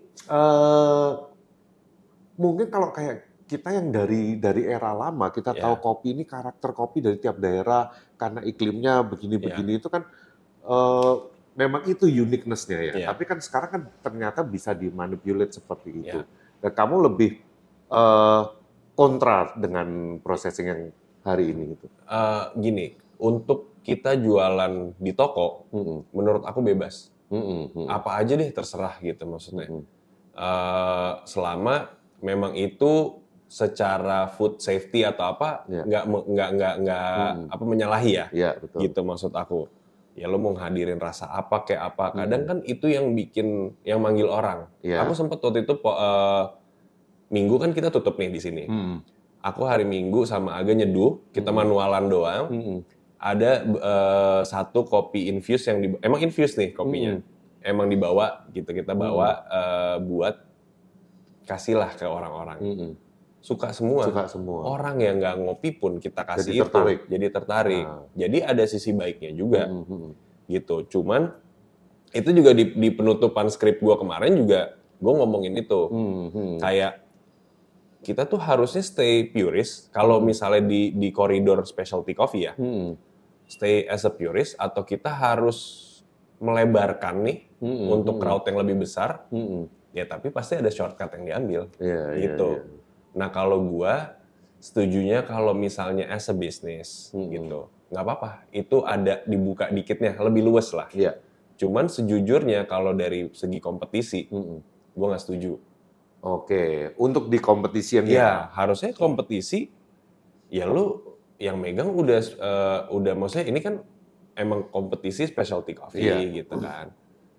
mungkin kalau kayak kita yang dari era lama, kita tahu kopi ini karakter kopi dari tiap daerah, karena iklimnya begini-begini itu kan memang itu uniqueness-nya ya. Tapi kan sekarang kan ternyata bisa dimanipulate seperti itu. Dan kamu lebih kontra dengan processing yang hari ini gitu. Gini, untuk kita jualan di toko, menurut aku bebas. Apa aja deh terserah gitu maksudnya. Selama memang itu secara food safety atau apa nggak apa menyalahi ya. Betul. Gitu maksud aku. Ya lo mau ngadirin rasa apa kayak apa. Kadang kan itu yang manggil orang. Aku sempat waktu itu Minggu kan kita tutup nih di sini. Aku hari Minggu sama Aga nyeduh, kita manualan doang. Ada satu kopi infuse yang emang infuse nih kopinya. Emang dibawa gitu, kita bawa buat kasihlah ke orang-orang. Suka semua. Orang yang nggak ngopi pun kita kasih jadi tertarik. Jadi ada sisi baiknya juga. Gitu. Cuman itu juga di penutupan skrip gue kemarin juga gue ngomongin itu. Kayak kita tuh harusnya stay purist. Kalau misalnya di koridor specialty coffee ya, stay as a purist, atau kita harus melebarkan nih untuk crowd yang lebih besar. Ya tapi pasti ada shortcut yang diambil. Gitu. Nah kalau gua setujunya kalau misalnya as a business gitu, nggak apa-apa. Itu ada dibuka dikitnya, lebih luas lah. Cuman sejujurnya kalau dari segi kompetisi, gua nggak setuju. Oke, untuk di kompetisi yang harusnya kompetisi, ya lu yang megang udah maksudnya ini kan emang kompetisi specialty coffee gitu kan.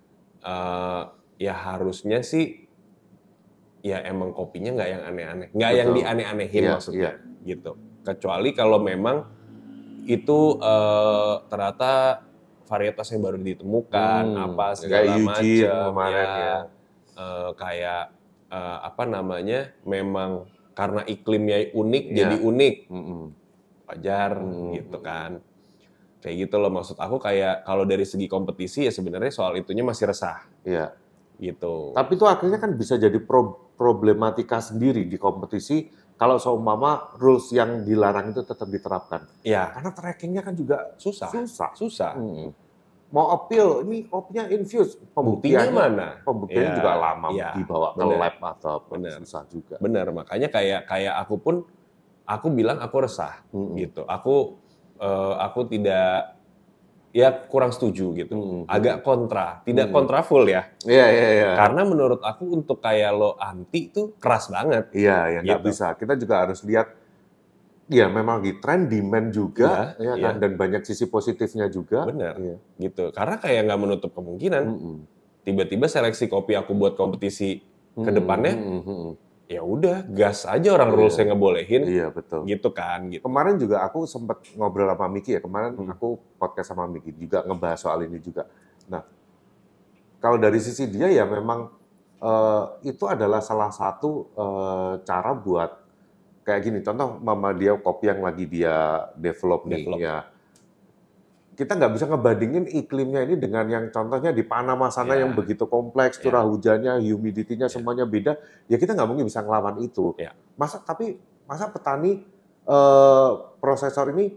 Ya harusnya sih ya emang kopinya nggak yang aneh-aneh, nggak yang dianeh-anehin maksudnya gitu. Kecuali kalau memang itu ternyata varietasnya baru ditemukan apa segala macam ya. Kayak apa namanya, memang karena iklimnya unik jadi unik, wajar gitu kan. Kayak gitu loh maksud aku, kayak kalau dari segi kompetisi ya sebenarnya soal itunya masih resah. Gitu. Tapi itu akhirnya kan bisa jadi problematika sendiri di kompetisi kalau seumpama rules yang dilarang itu tetap diterapkan. Karena trackingnya kan juga susah. mau appeal, ini kopinya infused. Buktinya mana? Pembuktiannya juga lama dibawa ke lab atau susah juga. Benar, makanya kayak aku pun, aku bilang aku resah gitu. Aku tidak, ya kurang setuju gitu. Agak kontra, tidak kontra full ya. Iya. Karena menurut aku untuk kayak lo anti itu keras banget. Iya, ya nggak bisa. Kita juga harus lihat, ya memang di tren demand juga, kan, dan banyak sisi positifnya juga. Benar, gitu. Karena kayak nggak menutup kemungkinan, tiba-tiba seleksi kopi aku buat kompetisi ke depannya, ya udah gas aja orang rules-nya ngebolehin. Iya, betul. Gitu kan. Gitu. Kemarin juga aku sempat ngobrol sama Miki ya, kemarin aku podcast sama Miki juga ngebahas soal ini juga. Nah, kalau dari sisi dia ya memang itu adalah salah satu cara buat kayak gini, contoh mama dia kopi yang lagi dia develop. Ya. Kita nggak bisa ngebandingin iklimnya ini dengan yang contohnya di Panama sana yang begitu kompleks, curah hujannya, humidity-nya semuanya beda. Ya kita nggak mungkin bisa ngelawan itu. Masa petani prosesor ini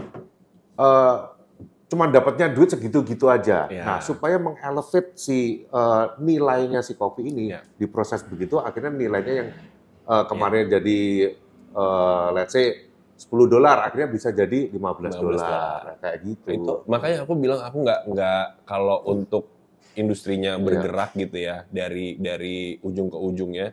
cuma dapatnya duit segitu-gitu aja. Nah, supaya mengelevate si nilainya si kopi ini diproses begitu, akhirnya nilainya yang kemarin jadi let's say $10 akhirnya bisa jadi $15 kayak gitu. Itu makanya aku bilang aku nggak kalau untuk industrinya bergerak gitu ya dari ujung ke ujungnya,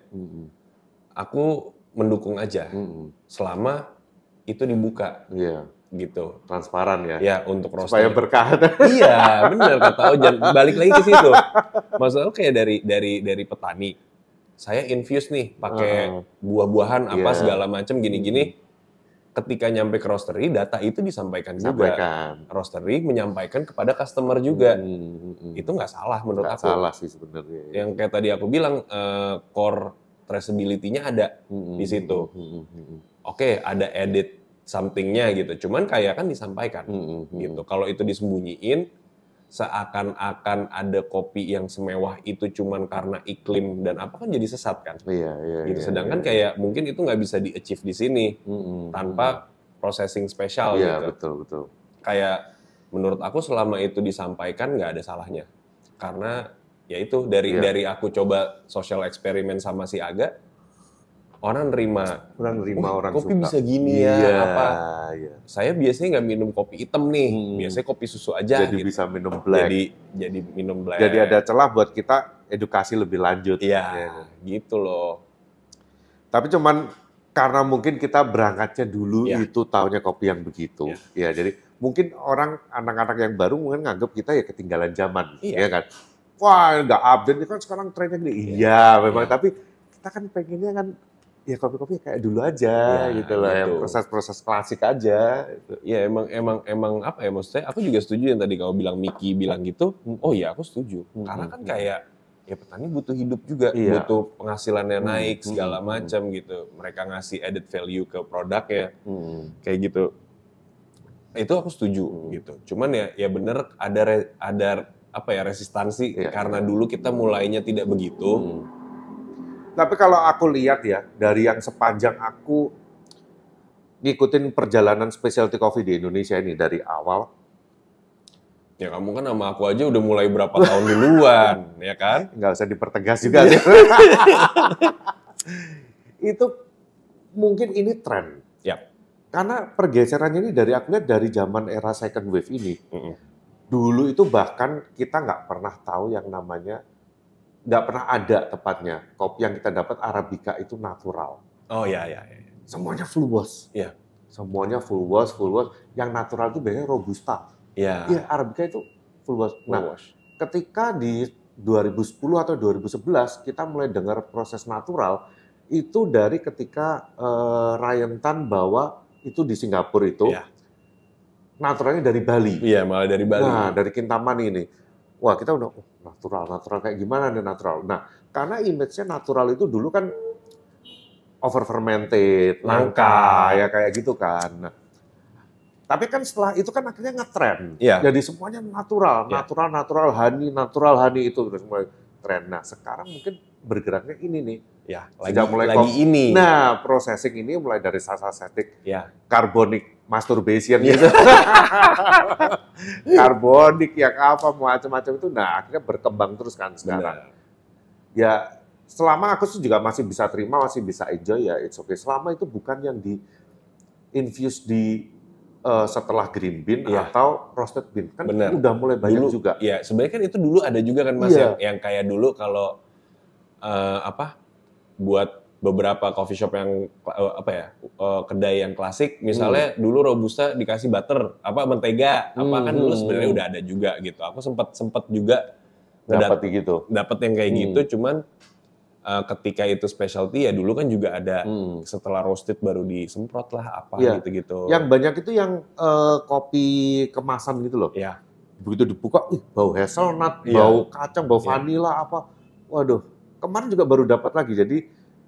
aku mendukung aja selama itu dibuka. Gitu, transparan ya. Ya untuk roster. Supaya berkah. Iya, benar kata Ojan. Balik lagi ke situ. Maksudnya kayak dari petani. Saya infuse nih pakai buah-buahan apa segala macam gini-gini. Ketika nyampe ke roastery, data itu disampaikan juga. Roastery menyampaikan kepada customer juga. Itu nggak salah menurut aku. Nggak salah sih sebenarnya. Yang kayak tadi aku bilang, core traceability-nya ada di situ. Oke, ada edit something-nya gitu. Cuman kayak kan disampaikan gitu. Kalau itu disembunyiin, seakan-akan ada kopi yang semewah itu cuman karena iklim dan apa kan jadi sesat kan. Gitu. Sedangkan kayak mungkin itu nggak bisa di-achieve di sini tanpa processing spesial gitu. Betul. Kayak menurut aku selama itu disampaikan nggak ada salahnya. Karena ya itu dari aku coba social eksperimen sama si Aga, orang nerima orang kopi suka. bisa gini apa. Saya biasanya nggak minum kopi hitam nih, biasanya kopi susu aja. Jadi bisa minum black. Jadi minum black. Jadi ada celah buat kita edukasi lebih lanjut. Iya, gitu loh. Tapi cuman karena mungkin kita berangkatnya dulu itu taunya kopi yang begitu. Ya, jadi mungkin anak-anak yang baru mungkin nganggap kita ya ketinggalan zaman, ya kan? Wah, nggak update, kan sekarang trennya gini. Iya, memang. Tapi kita kan pengennya kan ya kopi-kopi kayak dulu aja gitu loh, ya proses-proses klasik aja. Ya emang apa ya, maksudnya aku juga setuju yang tadi kamu bilang, Miki bilang gitu. Oh iya aku setuju. Karena kan kayak ya petani butuh hidup juga, butuh penghasilannya naik segala macam gitu. Mereka ngasih added value ke produknya kayak gitu. Itu aku setuju gitu. Cuman ya bener ada apa ya resistansi karena dulu kita mulainya tidak begitu. Tapi kalau aku lihat ya, dari yang sepanjang aku ngikutin perjalanan specialty coffee di Indonesia ini dari awal. Ya kamu kan sama aku aja udah mulai berapa tahun duluan, ya kan? Nggak usah dipertegas juga. Itu mungkin ini tren. Karena pergeserannya ini dari aku lihat dari zaman era second wave ini. Dulu itu bahkan kita nggak pernah tahu yang namanya, nggak pernah ada tepatnya kopi yang kita dapat Arabica itu natural. Oh iya. Semuanya full wash. Semuanya full wash. Yang natural itu biasanya Robusta. Iya, Arabica itu full wash. Ketika di 2010 atau 2011 kita mulai dengar proses natural itu dari ketika Ryan Tan bawa itu di Singapura itu. Naturalnya dari Bali. Iya, malah dari Bali. Nah, dari Kintamani ini. Wah, kita udah natural kayak gimana nih natural. Nah, karena image-nya natural itu dulu kan over fermented, langka ya kayak gitu kan. Nah, tapi kan setelah itu kan akhirnya ngetren. Jadi semuanya natural honey itu terus mulai tren. Nah, sekarang mungkin bergeraknya ini nih. Ya, Sejak mulai ini. Nah, processing ini mulai dari sasacetic, ya, carbonic masturbation gitu. Karbonik yang apa macam-macam itu, nah akhirnya berkembang terus kan sekarang. Ya selama aku sih juga masih bisa terima, masih bisa enjoy ya it's okay. Selama itu bukan yang di infuse di setelah green bean atau roasted bean kan udah mulai banyak dulu, juga. Ya sebenarnya kan itu dulu ada juga kan Mas yang kayak dulu kalau buat beberapa coffee shop yang kedai yang klasik misalnya dulu robusta dikasih butter mentega kan dulu sebenarnya udah ada juga gitu. Aku sempat juga dapat yang kayak gitu, cuman ketika itu specialty ya dulu kan juga ada setelah roasted baru disemprot lah gitu-gitu. Yang banyak itu yang kopi kemasan gitu loh. Iya. Begitu dibuka, bau hazelnut, bau kacang, bau vanila apa. Waduh, kemarin juga baru dapat lagi. Jadi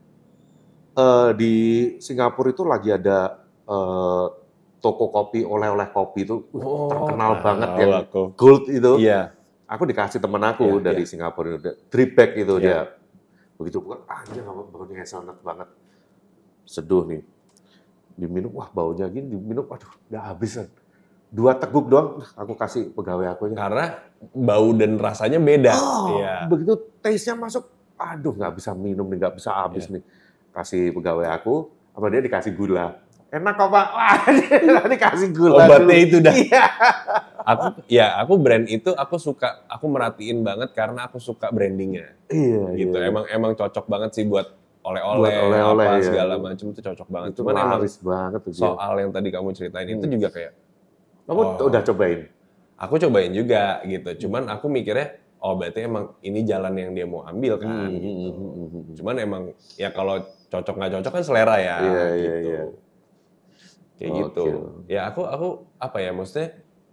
di Singapura itu lagi ada toko kopi, oleh-oleh kopi itu terkenal banget yang gold itu. Iya. Aku dikasih teman aku dari Singapura, drip bag itu dia. Begitu bukan, anjir baunya hazelnut banget. Seduh nih. Diminum, wah baunya gini, diminum, aduh udah habis kan. 2 teguk doang, aku kasih pegawai aku aja. Karena bau dan rasanya beda. Begitu taste-nya masuk, aduh nggak bisa minum nih, nggak bisa habis nih. Kasih pegawai aku, sama dia dikasih gula. Enak kok Pak, wah dikasih gula. Obatnya itu dah. Aku brand itu aku suka, aku merhatiin banget karena aku suka brandingnya. Gitu. Emang cocok banget sih buat oleh-oleh segala macam itu cocok banget. Cuman emang banget tuh soal yang tadi kamu ceritain itu juga kayak. Kamu udah cobain? Aku cobain juga gitu. Cuman aku mikirnya, berarti emang ini jalan yang dia mau ambil kan. Gitu. Cuman emang ya kalau cocok nggak cocok kan selera ya. Gitu. Kayak gitu. Ya aku maksudnya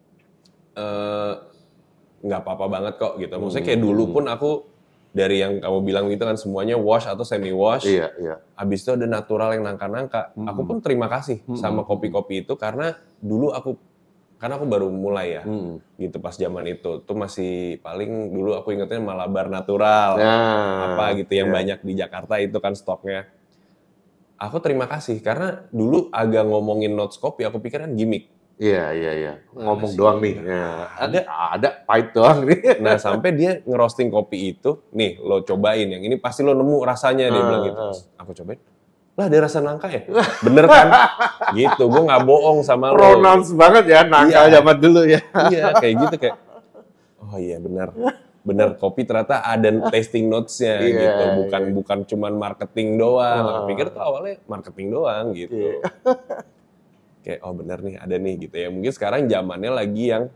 nggak apa-apa banget kok gitu. Maksudnya kayak dulu pun aku dari yang kamu bilang gitu kan semuanya wash atau semi wash. Habis itu ada natural yang nangka-nangka. Aku pun terima kasih sama kopi-kopi itu karena dulu aku baru mulai ya. Gitu pas zaman itu. Tuh masih paling dulu aku ingetnya Malabar natural. Yang banyak di Jakarta itu kan stoknya. Aku terima kasih karena dulu agak ngomongin notes kopi aku pikir kan gimmick. Iya. Ngomong doang nih. Ada pahit doang nih. Nah, sampai dia ngerosting kopi itu, nih lo cobain yang ini pasti lo nemu rasanya dia bilang gitu. Aku cobain. Lah ada rasa nangka ya? Bener kan? Gitu, gue nggak bohong sama lo. Pronounce banget ya nangka zaman dulu ya. Iya, kayak gitu kayak. Oh iya bener kopi ternyata ada tasting notes-nya gitu, bukan cuman marketing doang. Aku pikir tuh awalnya marketing doang gitu. Kayak bener nih ada nih gitu ya. Mungkin sekarang zamannya lagi yang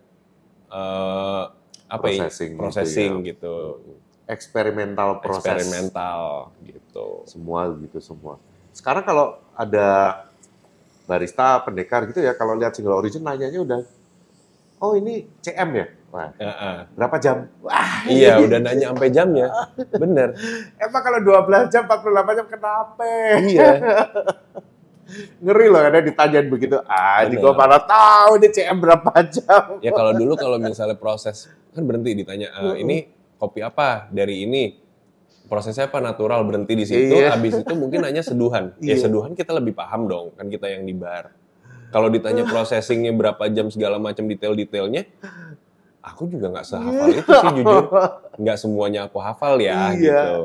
processing gitu. Eksperimental proses. Eksperimental gitu. Semua. Sekarang kalau ada barista, pendekar gitu ya, kalau lihat single origin nanyanya udah, ini CM ya? Wah, berapa jam? Wah, iya, udah nanya sampai jamnya. Bener. Emang kalau 12 jam, 48 jam kenapa? Iya. Ngeri loh ada ditanyain begitu. Di gua mana tahu ini CM berapa jam. Ya kalau dulu kalau misalnya proses, kan berhenti ditanya, ini kopi apa dari ini? Prosesnya apa? Natural, berhenti di situ. Habis itu mungkin nanya seduhan. Ya seduhan kita lebih paham dong, kan kita yang di bar. Kalau ditanya processingnya berapa jam segala macam detail-detailnya, aku juga nggak sehafal itu sih jujur. Nggak semuanya aku hafal ya gitu.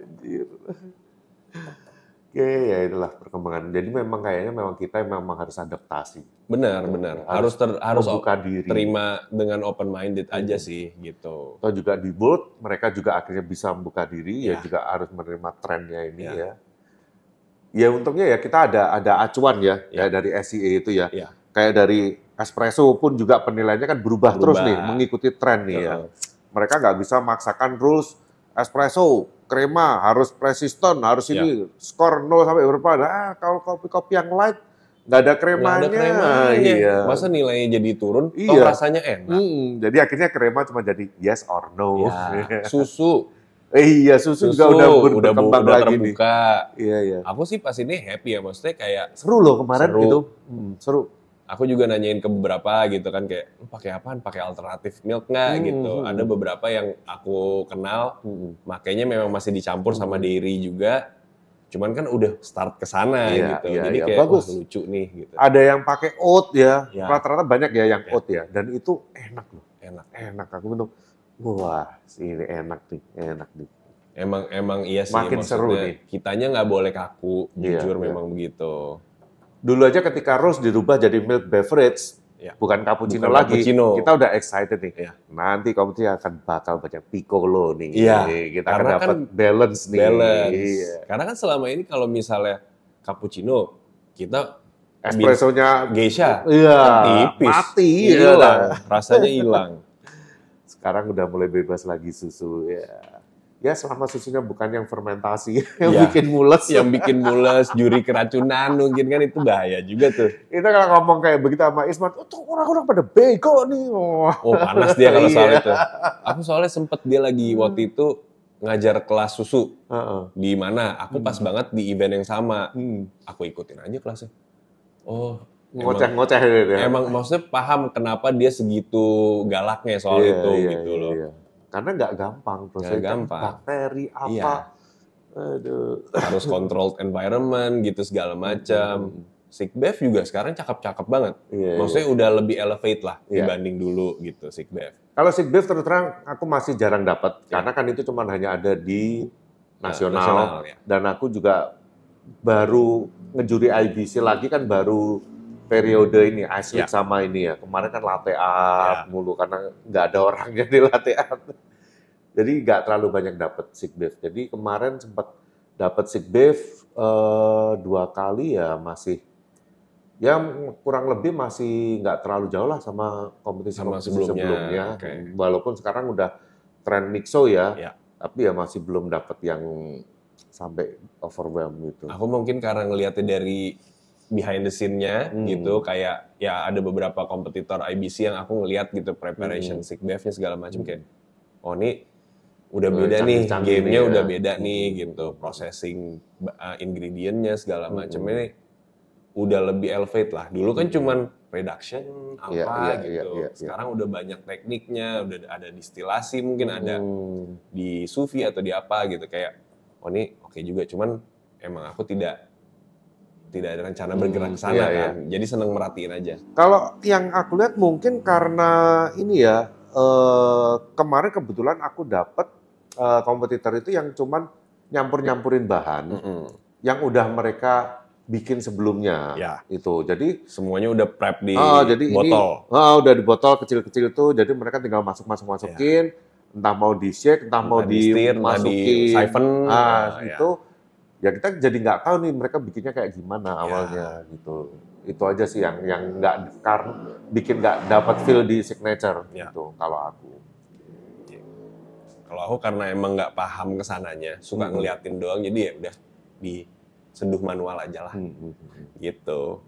Oke, ya itulah perkembangan. Jadi memang kayaknya kita memang harus adaptasi. Benar. Harus membuka diri. Terima dengan open minded aja sih gitu. Atau juga di Bold, mereka juga akhirnya bisa membuka diri, ya juga harus menerima trennya ini ya. Ya untungnya ya kita ada acuan ya dari SCA itu ya. Kayak dari espresso pun juga penilaiannya kan berubah terus nih, mengikuti tren nih ya. Mereka nggak bisa maksakan rules espresso, krema, harus persistent, harus ini skor 0 sampai berapa. Nah, kalau kopi-kopi yang light nggak ada kremanya. Iya. Masa nilainya jadi turun, toh rasanya enak. Jadi akhirnya krema cuma jadi yes or no. Ya. Susu. Susu juga udah berkembang lagi terbuka. Iya. Aku sih pas ini happy ya, maksudnya kayak seru loh kemarin gitu. Seru. aku juga nanyain ke beberapa gitu kan kayak pakai apaan, pakai alternatif milk nggak gitu. Ada beberapa yang aku kenal, makanya memang masih dicampur sama dairy juga. Cuman kan udah start ke sana gitu. Jadi kayak bagus. wah lucu nih gitu. Ada yang pakai oat ya. Rata-rata banyak ya yang oat ya. Dan itu enak loh. Enak. Aku minum. Wah, ini enak nih. Emang iya sih. Makin seru nih. Kitanya nggak boleh kaku, jujur memang begitu. Dulu aja ketika roast dirubah jadi milk beverage, bukan cappuccino lagi, kita udah excited nih. Nanti kompetisi akan bakal banyak piccolo nih. Kita akan dapat balance nih. Karena kan selama ini kalau misalnya cappuccino, kita espressonya geisha, tipis, mati, hilang, rasanya hilang. Sekarang udah mulai bebas lagi susu ya selama susunya bukan yang fermentasi yang bikin mules. Yang bikin mules, juri keracunan mungkin kan itu bahaya juga tuh. Itu kalau ngomong kayak begitu sama Isman, tuh orang-orang pada bego nih. Oh panas dia kalau soal itu. Aku soalnya sempet dia lagi waktu itu ngajar kelas susu. Di mana? Aku pas banget di event yang sama. Aku ikutin aja kelasnya. Oh, ngoceh gitu ya. Emang maksudnya paham kenapa dia segitu galaknya soal itu gitu loh. Karena nggak gampang prosesnya, bakteri apa, aduh. Harus controlled environment gitu segala macam. Sickbev juga sekarang cakep-cakep banget. Maksudnya udah lebih elevate lah dibanding dulu gitu Sickbev. Kalau Sickbev terus terang aku masih jarang dapat karena kan itu cuma hanya ada di nasional dan aku juga baru ngejuri IBC lagi kan baru periode ini ice league sama ini ya. Kemarin kan latte art mulu karena nggak ada orangnya di latte art. Jadi nggak terlalu banyak dapat Sickbev. Jadi kemarin sempat dapat Sickbev 2 kali ya masih ya kurang lebih masih nggak terlalu jauh lah sama kompetisi sebelumnya. Walaupun sekarang udah tren mixo ya. Tapi ya masih belum dapat yang sampai overwhelm gitu. Aku mungkin karena ngelihatnya dari behind the scene-nya gitu, kayak ya ada beberapa kompetitor IBC yang aku ngelihat gitu, preparation Sickbev-nya segala macam kayak, oh ini udah beda nih, game-nya udah beda nih gitu, processing ingredient-nya segala macam ini udah lebih elevate lah. Dulu kan cuman production gitu, sekarang udah banyak tekniknya, udah ada distilasi mungkin ada di sous vide atau di apa gitu, kayak oh ini oke juga, cuman emang aku tidak ada rencana bergerak ke sana kan. Jadi seneng merhatiin aja. Kalau yang aku lihat mungkin karena ini ya, kemarin kebetulan aku dapat kompetitor itu yang cuman nyampurin bahan yang udah mereka bikin sebelumnya itu. Jadi semuanya udah prep di botol. Udah di botol kecil-kecil itu. Jadi mereka tinggal masukin, entah mau di shake, entah mau dimasukin, siphon, itu. Ya kita jadi nggak tahu nih mereka bikinnya kayak gimana awalnya gitu. Itu aja sih yang nggak bikin nggak dapat feel di signature gitu kalau aku. Kalau aku karena emang nggak paham kesananya, suka ngeliatin doang, jadi ya udah diseduh manual aja lah. Gitu.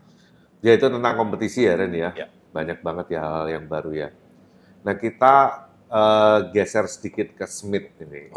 Ya itu tentang kompetisi ya Ren ya. Banyak banget ya hal yang baru ya. Nah kita geser sedikit ke Smith ini.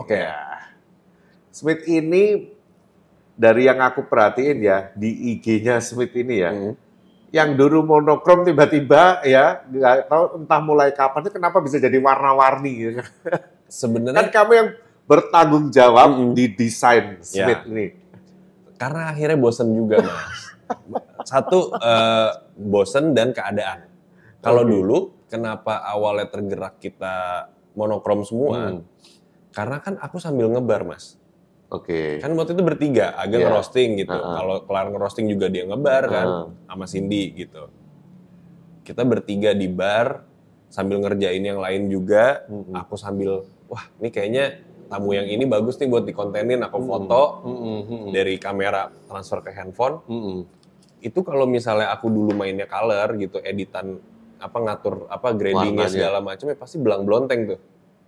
Smith ini dari yang aku perhatiin ya, di IG-nya Smith ini ya, yang dulu monokrom tiba-tiba ya, nggak tahu entah mulai kapan, itu kenapa bisa jadi warna-warni gitu. Sebenarnya kan kamu yang bertanggung jawab di desain Smith ini. Karena akhirnya bosen juga, Mas. Satu, bosen dan keadaan. Kalau dulu, kenapa awalnya tergerak kita monokrom semua? Karena kan aku sambil ngebar, Mas. Kan waktu itu bertiga, Ageng ngerosting gitu. Kalau kelar ngerosting juga dia ngebar kan, sama Cindy gitu. Kita bertiga di bar, sambil ngerjain yang lain juga. Aku sambil, wah ini kayaknya tamu yang ini bagus nih buat dikontenin. Aku foto dari kamera transfer ke handphone. Itu kalau misalnya aku dulu mainnya color gitu, editan ngatur gradingnya segala macam, ya pasti belang blonteng tuh.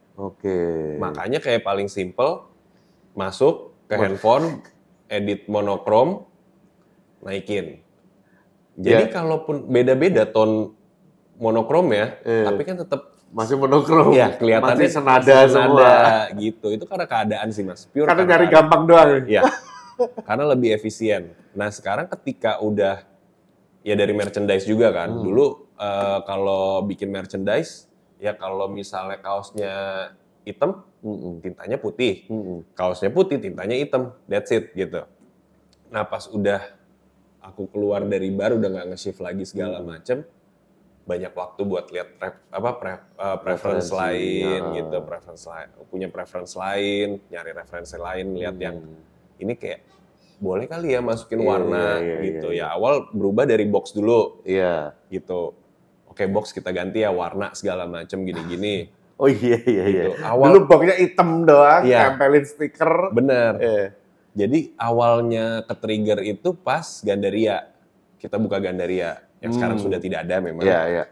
Makanya kayak paling simple. Masuk ke handphone, edit monokrom, naikin. Jadi kalaupun beda-beda tone monokrom ya, tapi kan tetap masih monokrom. Ya, kelihatannya masih senada semua gitu. Itu karena keadaan sih, Mas. Pure karena nyari gampang doang. Iya. Karena lebih efisien. Nah, sekarang ketika udah ya dari merchandise juga kan. Dulu kalau bikin merchandise, ya kalau misalnya kaosnya hitam, tintanya putih. Kaosnya putih, tintanya hitam. That's it gitu. Nah pas udah aku keluar dari bar, udah nggak nge-shift lagi segala macem, banyak waktu buat lihat preference lain gitu, punya preference lain, nyari referensi lain, lihat yang ini kayak boleh kali ya masukin warna gitu. Ya awal berubah dari box dulu, gitu. Oke box kita ganti ya warna segala macem gini-gini. Oh iya gitu. Dulu boxnya hitam doang, tempelin stiker. Bener. Jadi awalnya ke-trigger itu pas Gandaria. Kita buka Gandaria. Yang sekarang sudah tidak ada memang.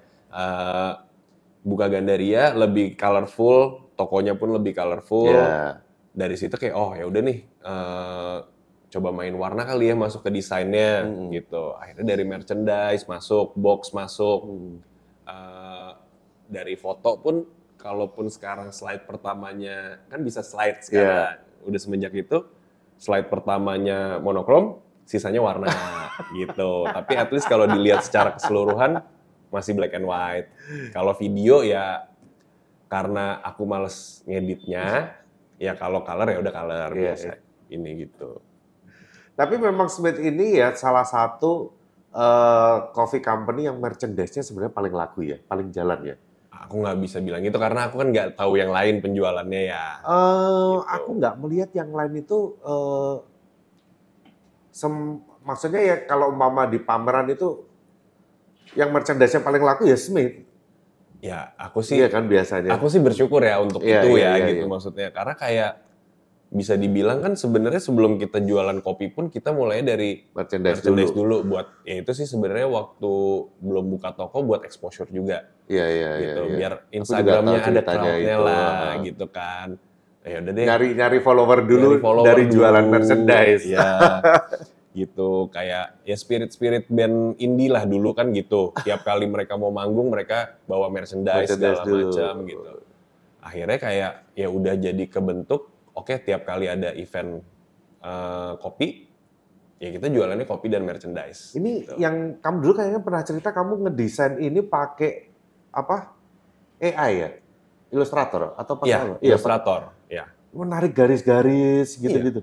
Buka Gandaria lebih colorful, tokonya pun lebih colorful. Dari situ kayak oh ya udah nih, coba main warna kali ya masuk ke desainnya gitu. Akhirnya dari merchandise masuk, box masuk. Dari foto pun, kalaupun sekarang slide pertamanya kan bisa slide sekarang. Udah semenjak itu slide pertamanya monokrom, sisanya warna gitu. Tapi at least kalau dilihat secara keseluruhan masih black and white. Kalau video ya karena aku males ngeditnya, ya kalau color ya udah color biasa. Ini gitu. Tapi memang Smith ini ya salah satu coffee company yang merchandise-nya sebenarnya paling laku ya, paling jalan ya. Aku nggak bisa bilang itu karena aku kan nggak tahu yang lain penjualannya ya. Gitu. Aku nggak melihat yang lain itu, maksudnya ya kalau umpama di pameran itu yang merchandise-nya paling laku ya Smith. Ya aku sih. Iya kan biasanya. Aku sih bersyukur ya untuk itu gitu maksudnya. Karena kayak bisa dibilang kan sebenarnya sebelum kita jualan kopi pun kita mulai dari merchandise dulu buat ya itu sih sebenarnya waktu belum buka toko buat exposure juga. Gitu. Biar Instagramnya ada crowd-nya lah gitu kan. Ya udah deh. Nyari follower dulu dari jualan merchandise. Ya. Gitu kayak ya spirit band indie lah dulu kan gitu. Tiap kali mereka mau manggung mereka bawa merchandise segala macam gitu. Akhirnya kayak ya udah jadi kebentuk. Oke, tiap kali ada event kopi, ya kita jualannya kopi dan merchandise. Ini gitu. Yang kamu dulu kayaknya pernah cerita kamu ngedesain ini pakai apa? AI ya? Illustrator atau pakai apa? Illustrator, ya. Menarik garis-garis gitu-gitu.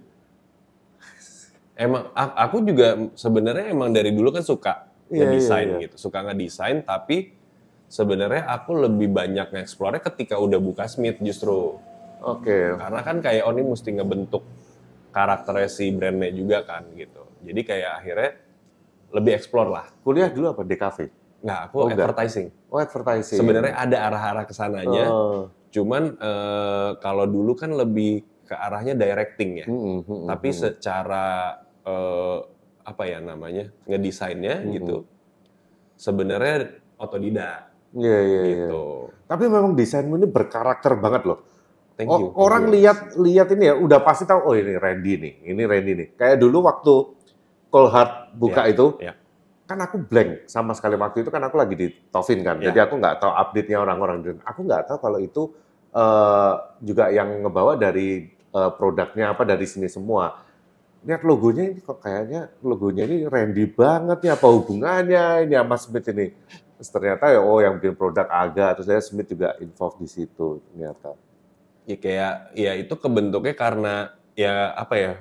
Emang aku juga sebenarnya emang dari dulu kan suka ngedesain gitu, suka ngedesain, tapi sebenarnya aku lebih banyak nge-explore ketika udah buka Smith justru. Karena kan kayak ini mesti ngebentuk karakternya si brandnya juga kan gitu. Jadi kayak akhirnya lebih explore lah. Kuliah dulu apa? DKV? Nggak, aku advertising. Advertising. Sebenarnya ada arah-arah ke sananya. Cuman kalau dulu kan lebih ke arahnya directing ya. Tapi secara apa ya namanya? Ngedesainnya gitu. Sebenarnya otodidak. Gitu. Tapi memang desainmu ini berkarakter banget loh. Thank you. Orang lihat ini ya udah pasti tahu oh ini Randy nih. Kayak dulu waktu Cold Heart buka itu, kan aku blank sama sekali waktu itu kan aku lagi di Tovin kan. Jadi aku nggak tahu update-nya orang-orang. Aku nggak tahu kalau itu juga yang ngebawa dari produknya apa dari sini semua. Lihat logonya ini kok kayaknya logonya ini Randy banget nih, apa hubungannya ini sama Smith ini. Terus ternyata ya yang bikin produk Aga, terus saya Smith juga involved di situ ternyata. Ya kayak ya itu kebentuknya karena ya apa ya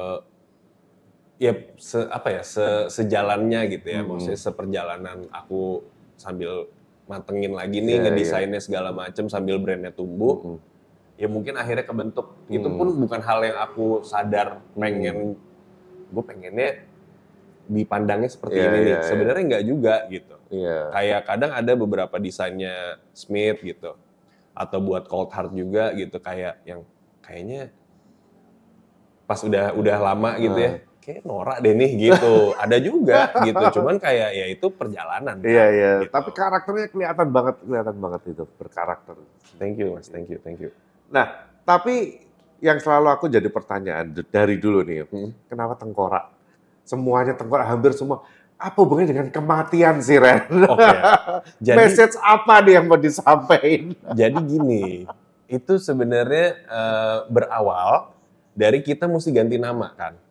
sejalannya gitu ya. Maksudnya seperjalanan aku sambil matengin lagi nih ngedesainnya segala macam sambil brandnya tumbuh. Ya mungkin akhirnya kebentuk. Itu pun bukan hal yang aku sadar gue pengennya dipandangnya seperti ini nih. Sebenarnya enggak juga gitu. Kayak kadang ada beberapa desainnya Smith gitu. Atau buat Cold Heart juga gitu kayak yang kayaknya pas udah lama gitu ya kayak norak deh nih gitu. Ada juga gitu. Cuman kayak ya itu perjalanan. Gitu. Tapi karakternya kelihatan banget itu berkarakter. Thank you Mas, thank you. Nah, tapi yang selalu aku jadi pertanyaan dari dulu nih, kenapa tengkorak? Semuanya tengkorak, hampir semua. Apa hubungannya dengan kematian sih, Ren? Jadi, message apa nih yang mau disampaikan? Jadi gini, itu sebenarnya berawal dari kita mesti ganti nama kan.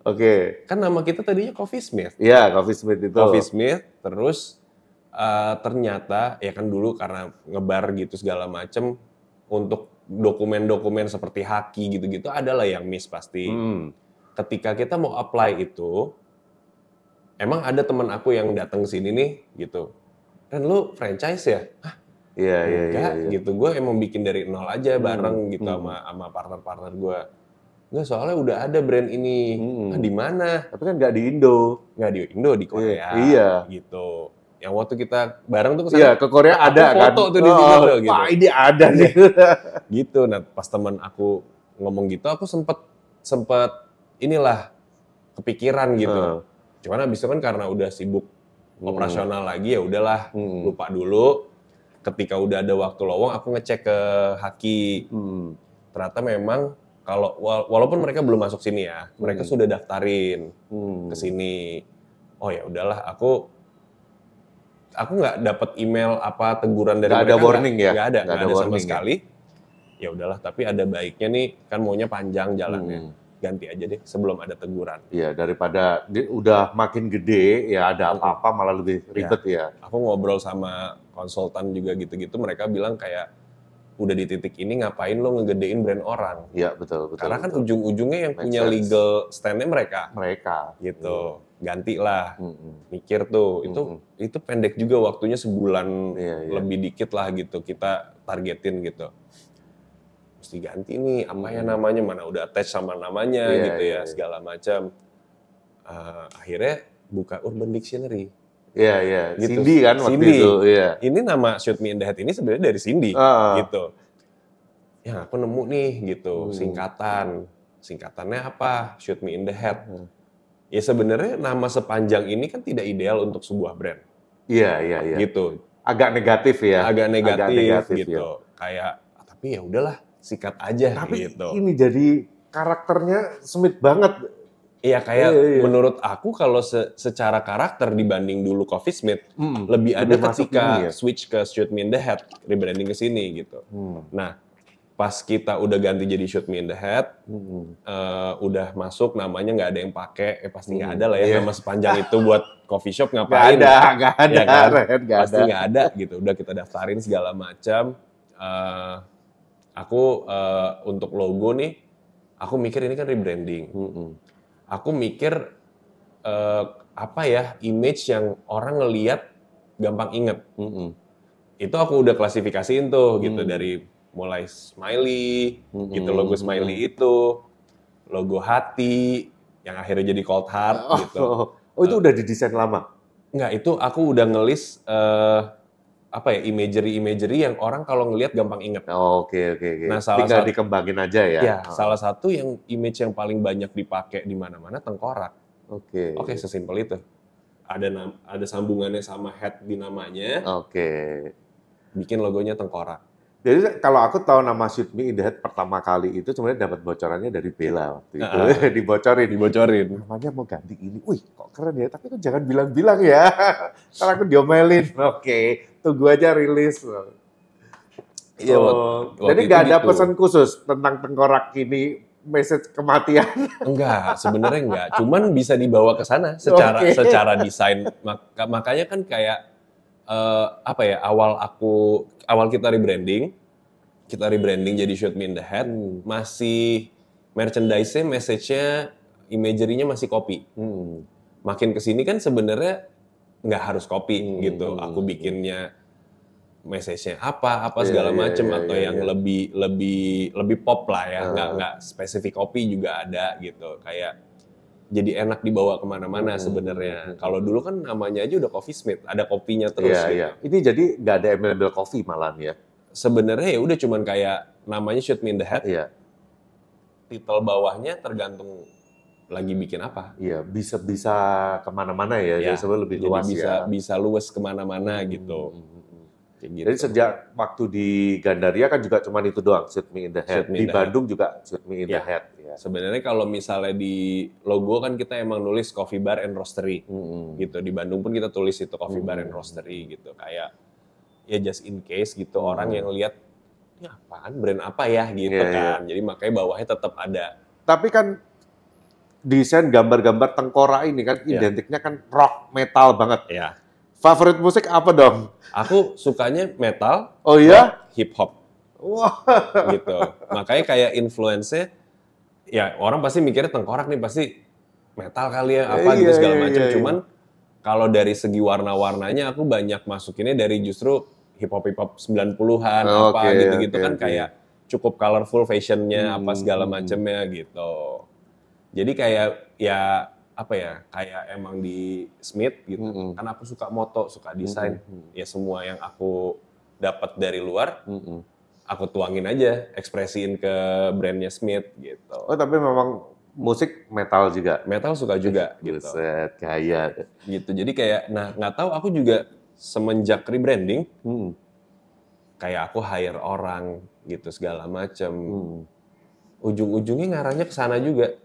Oke. Kan nama kita tadinya Coffee Smith. Iya, Coffee Smith itu. Coffee Smith, terus ternyata ya kan dulu karena ngebar gitu segala macem, untuk dokumen-dokumen seperti haki gitu-gitu adalah yang miss pasti. Ketika kita mau apply itu, emang ada teman aku yang datang ke sini nih gitu. Dan lu franchise ya? Hah? Iya. Enggak gitu. Gue emang bikin dari nol aja bareng gitu sama partner-partner gue. Enggak, soalnya udah ada brand ini. Ah, di mana? Tapi kan nggak di Indo. Nggak di Indo, di Korea. Iya. Gitu. Yang waktu kita bareng tuh kesana. Iya, ke Korea ada kan. Foto tuh di situ tuh gitu. Wah, ini ada nih. Gitu. Nah, pas teman aku ngomong gitu, aku sempet inilah kepikiran gitu. Cuman abis itu kan karena udah sibuk operasional lagi, ya udahlah, lupa dulu. Ketika udah ada waktu lowong, aku ngecek ke Haki. Ternyata memang kalau walaupun mereka belum masuk sini ya, mereka sudah daftarin ke sini. Oh ya udahlah, aku nggak dapat email apa teguran dari mereka. Nggak ada warning ya? Nggak ada sama sekali. Ya udahlah, tapi ada baiknya nih, kan maunya panjang jalannya. Ganti aja deh sebelum ada teguran. Iya, daripada udah makin gede, ya ada apa-apa malah lebih ribet ya. Aku ngobrol sama konsultan juga gitu-gitu, mereka bilang kayak, udah di titik ini ngapain lo ngegedein brand orang? Iya, betul. Karena kan ujung-ujungnya yang punya legal stand-nya mereka. Gitu. Gantilah. Mikir tuh. Itu pendek juga waktunya, sebulan lebih dikit lah gitu. Kita targetin gitu. Mesti ganti nih, apa ya namanya, mana udah attach sama namanya gitu ya, segala macam. Akhirnya buka Urban Dictionary. Iya. Gitu. Cindy kan waktu itu. Iya. Ini nama Shoot Me in the Head ini sebenarnya dari Cindy gitu. Ya aku nemu nih gitu, singkatannya apa? Shoot Me in the Head. Ya sebenarnya nama sepanjang ini kan tidak ideal untuk sebuah brand. Iya. Gitu. Agak negatif ya. Agak negatif gitu. Ya. Kayak tapi ya udahlah, sikat aja. Tapi gitu. ini jadi karakternya Smith banget. Iya, kayak menurut aku kalau secara karakter dibanding dulu Coffee Smith, lebih ada ketika switch ke Shoot Me in the Head, rebranding ke sini gitu. Nah, pas kita udah ganti jadi Shoot Me in the Head, udah masuk namanya nggak ada yang pakai, pasti nggak ada lah ya nama sepanjang itu buat coffee shop ngapain? Nggak ada, ya kan? Pasti ada. nggak ada gitu. Udah kita daftarin segala macam. Aku untuk logo nih, aku mikir ini kan rebranding. Aku mikir apa ya, image yang orang ngelihat gampang inget. Itu aku udah klasifikasiin tuh gitu, dari mulai smiley, gitu, logo smiley itu, logo hati yang akhirnya jadi cold heart gitu. Oh, itu udah didesain lama? Enggak, itu aku udah ngelis apa ya, imagery yang orang kalau ngelihat gampang inget. Oke. Nah, tinggal dikembangin aja ya. Ya, salah satu yang image yang paling banyak dipakai di mana-mana tengkorak. Oke, sesimpel itu. Ada sambungannya sama head di namanya. Bikin logonya tengkorak. Jadi kalau aku tahu nama Shoot Me in the Head pertama kali itu sebenarnya dapat bocorannya dari Bella waktu itu. Dibocorin. Namanya mau ganti ini. Wih, kok keren ya. Tapi kan jangan bilang-bilang ya. Karena aku diomelin. Tunggu aja rilis. Iya, jadi nggak ada pesan khusus tentang tengkorak ini, message kematian. Enggak, sebenarnya enggak. Cuman bisa dibawa ke sana secara desain. Makanya kan kayak apa ya, awal kita rebranding jadi Shoot Me in the Head, masih merchandise-nya, message-nya, imagery-nya masih copy. Makin kesini kan sebenarnya nggak harus copy gitu. Aku bikinnya message-nya apa segala macem, atau yang lebih pop lah ya, nggak spesifik copy juga ada gitu. Kayak jadi enak dibawa kemana-mana sebenarnya. Kalau dulu kan namanya aja udah Coffee Smith, ada kopinya terus. Gitu. Ini jadi nggak ada embel-embel coffee malah ya? Sebenarnya ya udah cuman kayak namanya Shoot Me in the Head. Titel bawahnya tergantung lagi bikin apa. Iya, bisa kemana-mana ya. Jadi sebenarnya lebih luas ya. Bisa luas kemana-mana gitu. Gitu. Jadi sejak waktu di Gandaria kan juga cuma itu doang, Shoot Me in the Head. Di Bandung juga Shoot Me in the Head. Ya. Sebenarnya kalau misalnya di logo kan kita emang nulis Coffee Bar and Roastery gitu. Di Bandung pun kita tulis itu Coffee Bar and Roastery gitu. Kayak ya just in case gitu, orang yang lihat ini apaan, brand apa ya gitu kan. Jadi makanya bawahnya tetap ada. Tapi kan desain gambar-gambar tengkorak ini kan identiknya kan rock metal banget. Iya. Favorit musik apa dong? Aku sukanya metal, Oh iya? hip hop Wah. gitu. Makanya kayak influence-nya ya orang pasti mikirnya tengkorak nih pasti metal kali ya apa gitu segala macam. Cuman kalau dari segi warna-warnanya aku banyak masukinnya dari justru hip hop 90-an apa gitu-gitu kan kayak cukup colorful fashionnya apa segala macamnya gitu. Jadi kayak ya apa ya kayak emang di Smith gitu. Karena aku suka moto, suka desain. Ya semua yang aku dapat dari luar, aku tuangin aja, ekspresiin ke brandnya Smith gitu. Oh tapi memang musik metal juga. Metal suka juga gitu. Buset, gaya. Gitu. Jadi kayak nah nggak tahu aku juga semenjak rebranding kayak aku hire orang gitu segala macam. Ujung-ujungnya ngarahnya ke sana juga.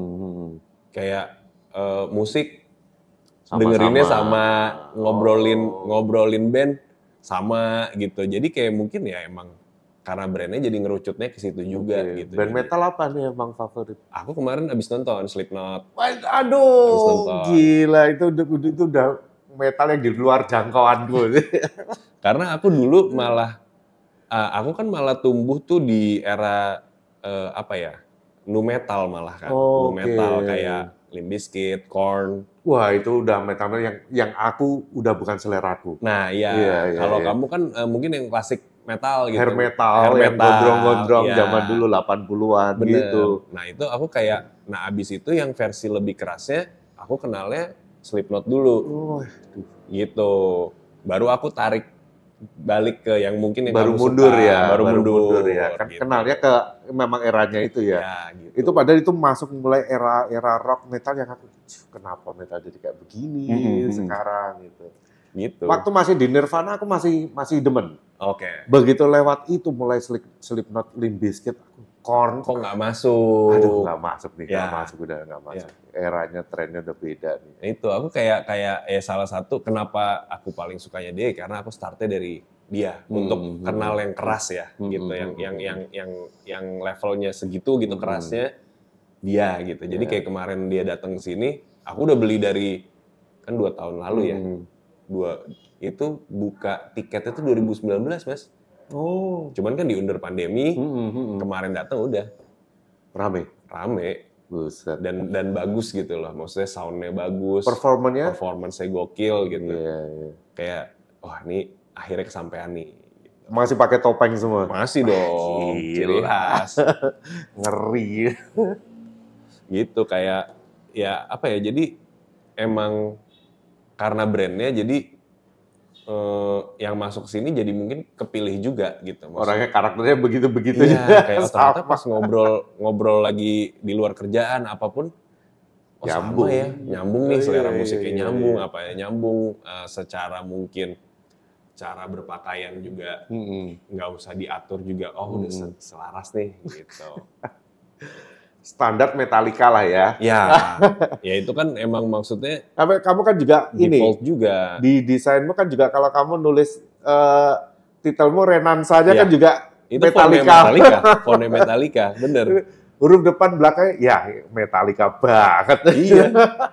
Kayak musik dengerinnya sama ngobrolin band sama gitu. Jadi kayak mungkin ya emang karena brandnya jadi ngerucutnya ke situ juga gitu. Band metal apa nih emang favorit? Aku kemarin abis nonton Slipknot. Aduh, gila itu udah metal yang di luar jangkauanku. Karena aku dulu malah aku kan malah tumbuh tuh di era apa ya? Nu metal malah kan. Nu metal kayak Limp Bizkit, Korn. Wah, itu udah metal yang aku udah bukan seleraku. Nah, kalau kamu kan mungkin yang klasik metal gitu. Hair metal yang gondrong-gondrong zaman dulu 80-an gitu. Nah, itu aku kayak abis itu yang versi lebih kerasnya aku kenalnya Slipknot dulu. Gitu. Baru aku tarik balik ke yang mungkin yang baru kamu mundur suka, ya, baru mundur ya. Kan gitu. Kenalnya ke memang eranya itu ya. Gitu. Itu padahal itu masuk mulai era rock metal yang aku kenapa metal jadi kayak begini sekarang gitu. Waktu masih di Nirvana aku masih demen. Begitu lewat itu mulai Slipknot, Limp Bizkit, Korn kok nggak masuk. Aduh nggak masuk nih, nggak masuk. Eranya trennya udah beda nih. Itu aku kayak salah satu kenapa aku paling sukanya dia karena aku startnya dari dia untuk kenal yang keras ya gitu yang levelnya segitu gitu kerasnya dia gitu. Jadi kayak kemarin dia datang ke sini, aku udah beli dari kan 2 tahun lalu ya. Itu buka tiketnya tuh 2019 Mas. Cuman kan diundur pandemi, kemarin datang udah rame. Buset. Dan bagus gitu loh, maksudnya soundnya bagus, performance-nya gokil gitu. Kayak wah ini akhirnya kesampean nih. Gitu. Masih pakai topeng semua? Masih dong, ciri khas. Ngeri. Gitu kayak ya apa ya? Jadi emang karena brandnya jadi yang masuk sini jadi mungkin kepilih juga gitu. Maksudnya, orangnya karakternya begitu-begitu ya. Kayak ternyata pas ngobrol lagi di luar kerjaan apapun, nyambung. Sama ya, nyambung nih selera musiknya nyambung, apa ya nyambung secara mungkin cara berpakaian juga nggak usah diatur juga, udah selaras nih gitu. Standar Metallica lah ya. Ya itu kan emang maksudnya. Kamu kan juga default juga. Di desainmu kan juga kalau kamu nulis titelmu Renan saja kan juga itu Metallica. Font Metallica, bener. Huruf depan belakangnya ya Metallica banget. Iya.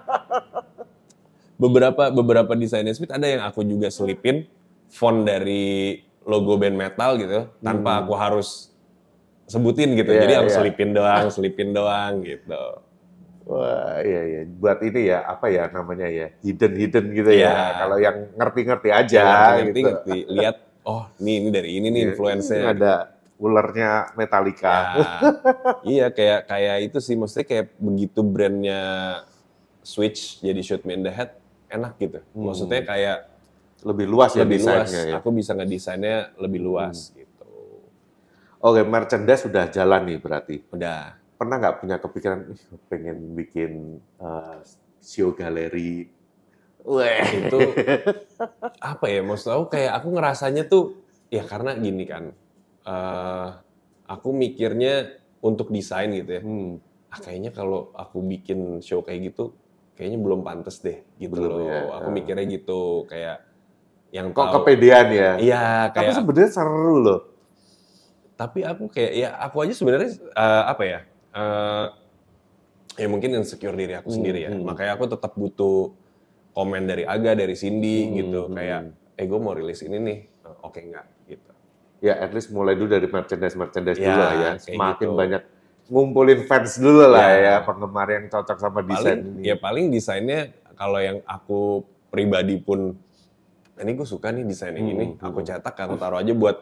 beberapa desainer Smith ada yang aku juga selipin font dari logo band metal gitu, tanpa aku harus sebutin gitu, jadi aku selipin doang gitu. Wah, iya. Buat ini ya, apa ya namanya ya, hidden gitu ya. Kalau yang ngerti-ngerti aja. Ngerti. Lihat, ini dari ini nih influence-nya. Ada ulernya Metallica. Iya, kayak itu sih, maksudnya kayak begitu brandnya switch jadi Shoot Me in the Head, enak gitu. Maksudnya kayak lebih luas ya desainnya ya. Aku bisa ngedesainnya lebih luas gitu. Oke, merchandise sudah jalan nih berarti. Udah. Pernah nggak punya kepikiran, pengen bikin show galeri? Itu apa ya? Maksud aku kayak aku ngerasanya tuh ya karena gini kan. Aku mikirnya untuk desain gitu ya. Kayaknya kalau aku bikin show kayak gitu, kayaknya belum pantas deh gitu loh. Ya. Aku mikirnya gitu kayak yang kepedean ya. Iya, kayak. Tapi sebenarnya seru loh. Tapi aku kayak ya aku aja sebenarnya apa ya ya mungkin insecure diri aku sendiri ya. Makanya aku tetap butuh komen dari Aga, dari Cindy gitu. Kayak, gue mau rilis ini nih, oke nggak gitu. Ya, at least mulai dulu dari merchandise Ya, dulu lah ya. kayak Semakin gitu. banyak ngumpulin fans dulu lah Ya. ya, penggemar yang cocok sama desain ini. Ya paling desainnya kalau yang aku pribadi pun, ini gue suka nih desain yang ini, aku cetak, aku taruh aja buat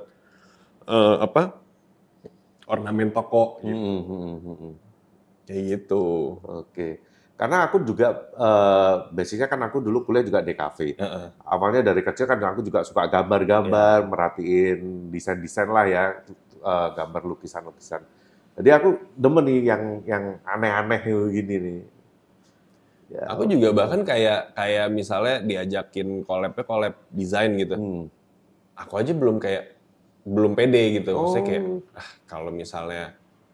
ornamen toko gitu. Kayak gitu. Oke. Karena aku juga, basicnya kan aku dulu kuliah juga di kafe. Awalnya dari kecil kan aku juga suka gambar-gambar, merhatiin desain-desain lah ya, gambar lukisan-lukisan. Jadi aku demen nih yang aneh-aneh gini nih. Ya, Aku juga bahkan kayak misalnya diajakin collab desain gitu. Aku aja belum pede gitu. Maksudnya kayak, kalau misalnya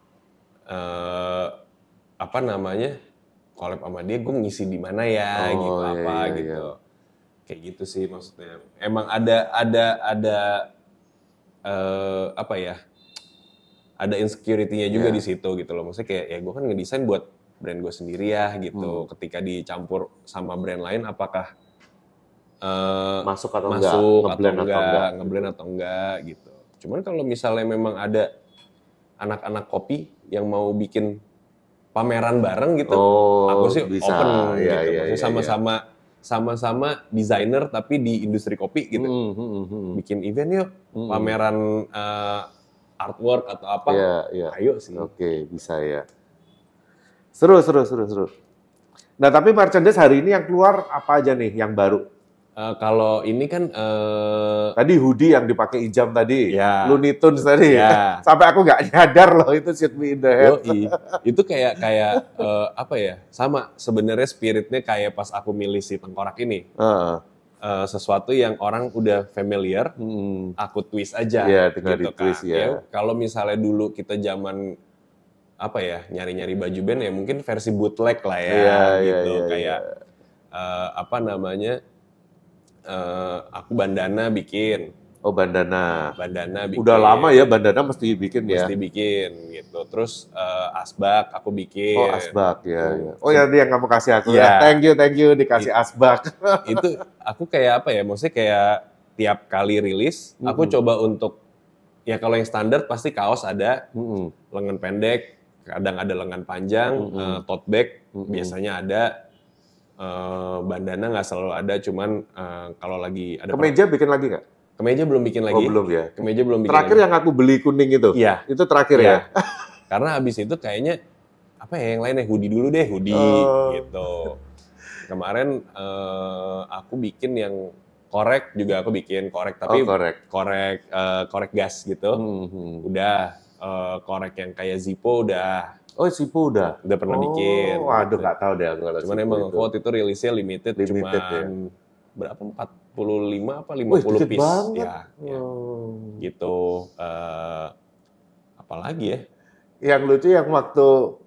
collab sama dia, gue ngisi di mana ya gitu, gitu. Kayak gitu sih maksudnya. Emang ada ada insecurity-nya juga di situ gitu loh. Maksudnya kayak, ya gue kan ngedesain buat brand gue sendiri ya gitu. Ketika dicampur sama brand lain, apakah masuk atau enggak, ngeblend atau enggak gitu. Cuman kalau misalnya memang ada anak-anak kopi yang mau bikin pameran bareng gitu, aku sih bisa. open Ya, gitu. ya, Maksudnya sama-sama desainer tapi di industri kopi gitu. Bikin event yuk, pameran artwork atau apa, ayo sih. Oke, bisa ya. Seru. Nah, tapi merchandise hari ini yang keluar apa aja nih yang baru? Kalau ini kan tadi hoodie yang dipakai hijab tadi, ya, Looney Tunes tadi, ya. Sampai aku nggak nyadar loh itu Shoot Me in the Head. Itu kayak apa ya? Sama sebenarnya spiritnya kayak pas aku milih si tengkorak ini. Sesuatu yang orang udah familiar, aku twist aja. Iya, tinggal gitu di-twist kan. ya. Kalau misalnya dulu kita zaman apa ya, nyari-nyari baju band ya mungkin versi bootleg lah ya, gitu. Kayak apa namanya? Aku bandana bikin. Oh, bandana bikin. Udah lama ya bandana mesti bikin ya. Mesti bikin gitu. Terus asbak aku bikin. Oh, asbak ya. Oh ya, dia yang kamu kasih aku ya. Thank you dikasih asbak. Itu aku kayak apa ya? Maksudnya kayak tiap kali rilis aku coba untuk, ya kalau yang standar pasti kaos ada, lengan pendek, kadang ada lengan panjang, tote bag biasanya ada. Bandana nggak selalu ada, cuman kalau lagi ada kemeja bikin lagi nggak? Kemeja belum bikin lagi. Oh, belum ya. Kemeja belum bikin terakhir lagi. Yang aku beli kuning itu. Iya. Itu terakhir ya. Karena habis itu kayaknya apa ya yang lainnya, hoodie dulu deh, gitu. Kemarin aku bikin yang korek juga aku bikin korek, tapi korek gas gitu. Udah korek yang kayak Zippo udah. Oh, Zippo udah pernah bikin. Waduh, nggak tahu deh aku kalau cuman emang waktu itu rilisnya limited cuman ya? Berapa, 45 apa 50 piece banget. Ya. Gitu. Apalagi ya? Yang lucu yang waktu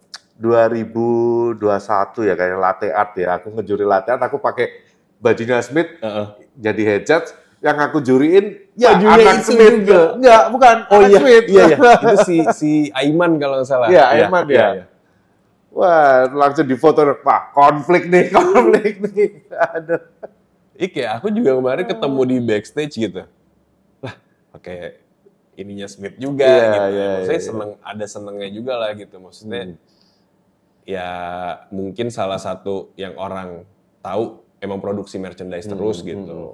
2021 ya kayak latte art ya. Aku ngejuri latte art, aku pakai bajunya Smith jadi headset. Yang aku juriin anak Smith juga. Enggak, bukan. Oh iya, Smith. Iya. Itu si Aiman kalau nggak salah. Iya, Aiman ya. Wah, langsung difoto. Wah, konflik nih. Aduh. Kayak aku juga kemarin ketemu di backstage gitu. Lah, pakai ininya Smith juga gitu. Maksudnya ada senengnya juga lah gitu. Maksudnya ya mungkin salah satu yang orang tahu emang produksi merchandise terus gitu.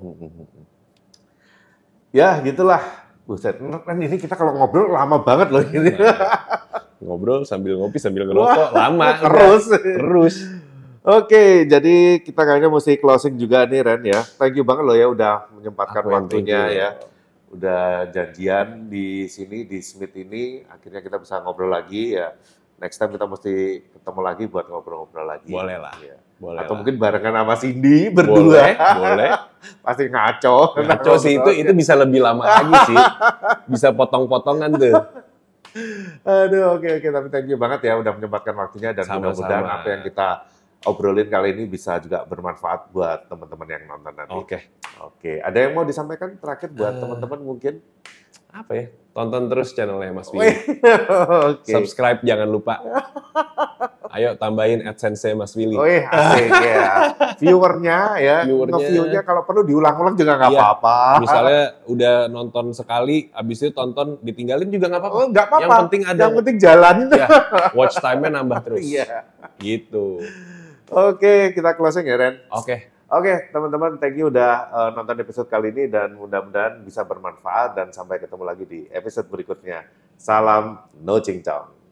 Ya, gitulah. Buset, kan ini kita kalau ngobrol lama banget loh ini. Ngobrol sambil ngopi sambil ngerokok lama. Terus. Oke, jadi kita kayaknya mesti closing juga nih Ren ya. Thank you banget loh ya udah menyempatkan waktunya ya. Udah janjian di sini di Smith ini, akhirnya kita bisa ngobrol lagi ya. Next time kita mesti ketemu lagi buat ngobrol-ngobrol lagi. Boleh lah. Ya. Boleh atau lah. mungkin barengan sama Cindy berdua. Boleh. Pasti ngaco. Ngaco sih itu bisa lebih lama lagi sih. Bisa potong-potongan tuh. Aduh, oke. Tapi thank you banget ya udah menyempatkan waktunya dan mudah-mudahan apa yang kita obrolin kali ini bisa juga bermanfaat buat teman-teman yang nonton nanti. Oke. Ada yang mau disampaikan terakhir buat teman-teman mungkin? Apa ya? Tonton terus channelnya Mas Willy. Subscribe jangan lupa. Ayo tambahin AdSense Mas Willy. Oh asik ya. Viewernya ya, nge-view-nya kalau perlu diulang-ulang juga nggak apa-apa. Misalnya udah nonton sekali, abis itu tonton ditinggalin juga nggak apa-apa. Oh nggak apa-apa. Yang penting ada. Yang penting jalan. Ya, watch time-nya nambah terus. Iya. Gitu. Oke, kita closing ya Ren. Oke. Oke, teman-teman, thank you udah nonton episode kali ini dan mudah-mudahan bisa bermanfaat dan sampai ketemu lagi di episode berikutnya. Salam No Ching Chong.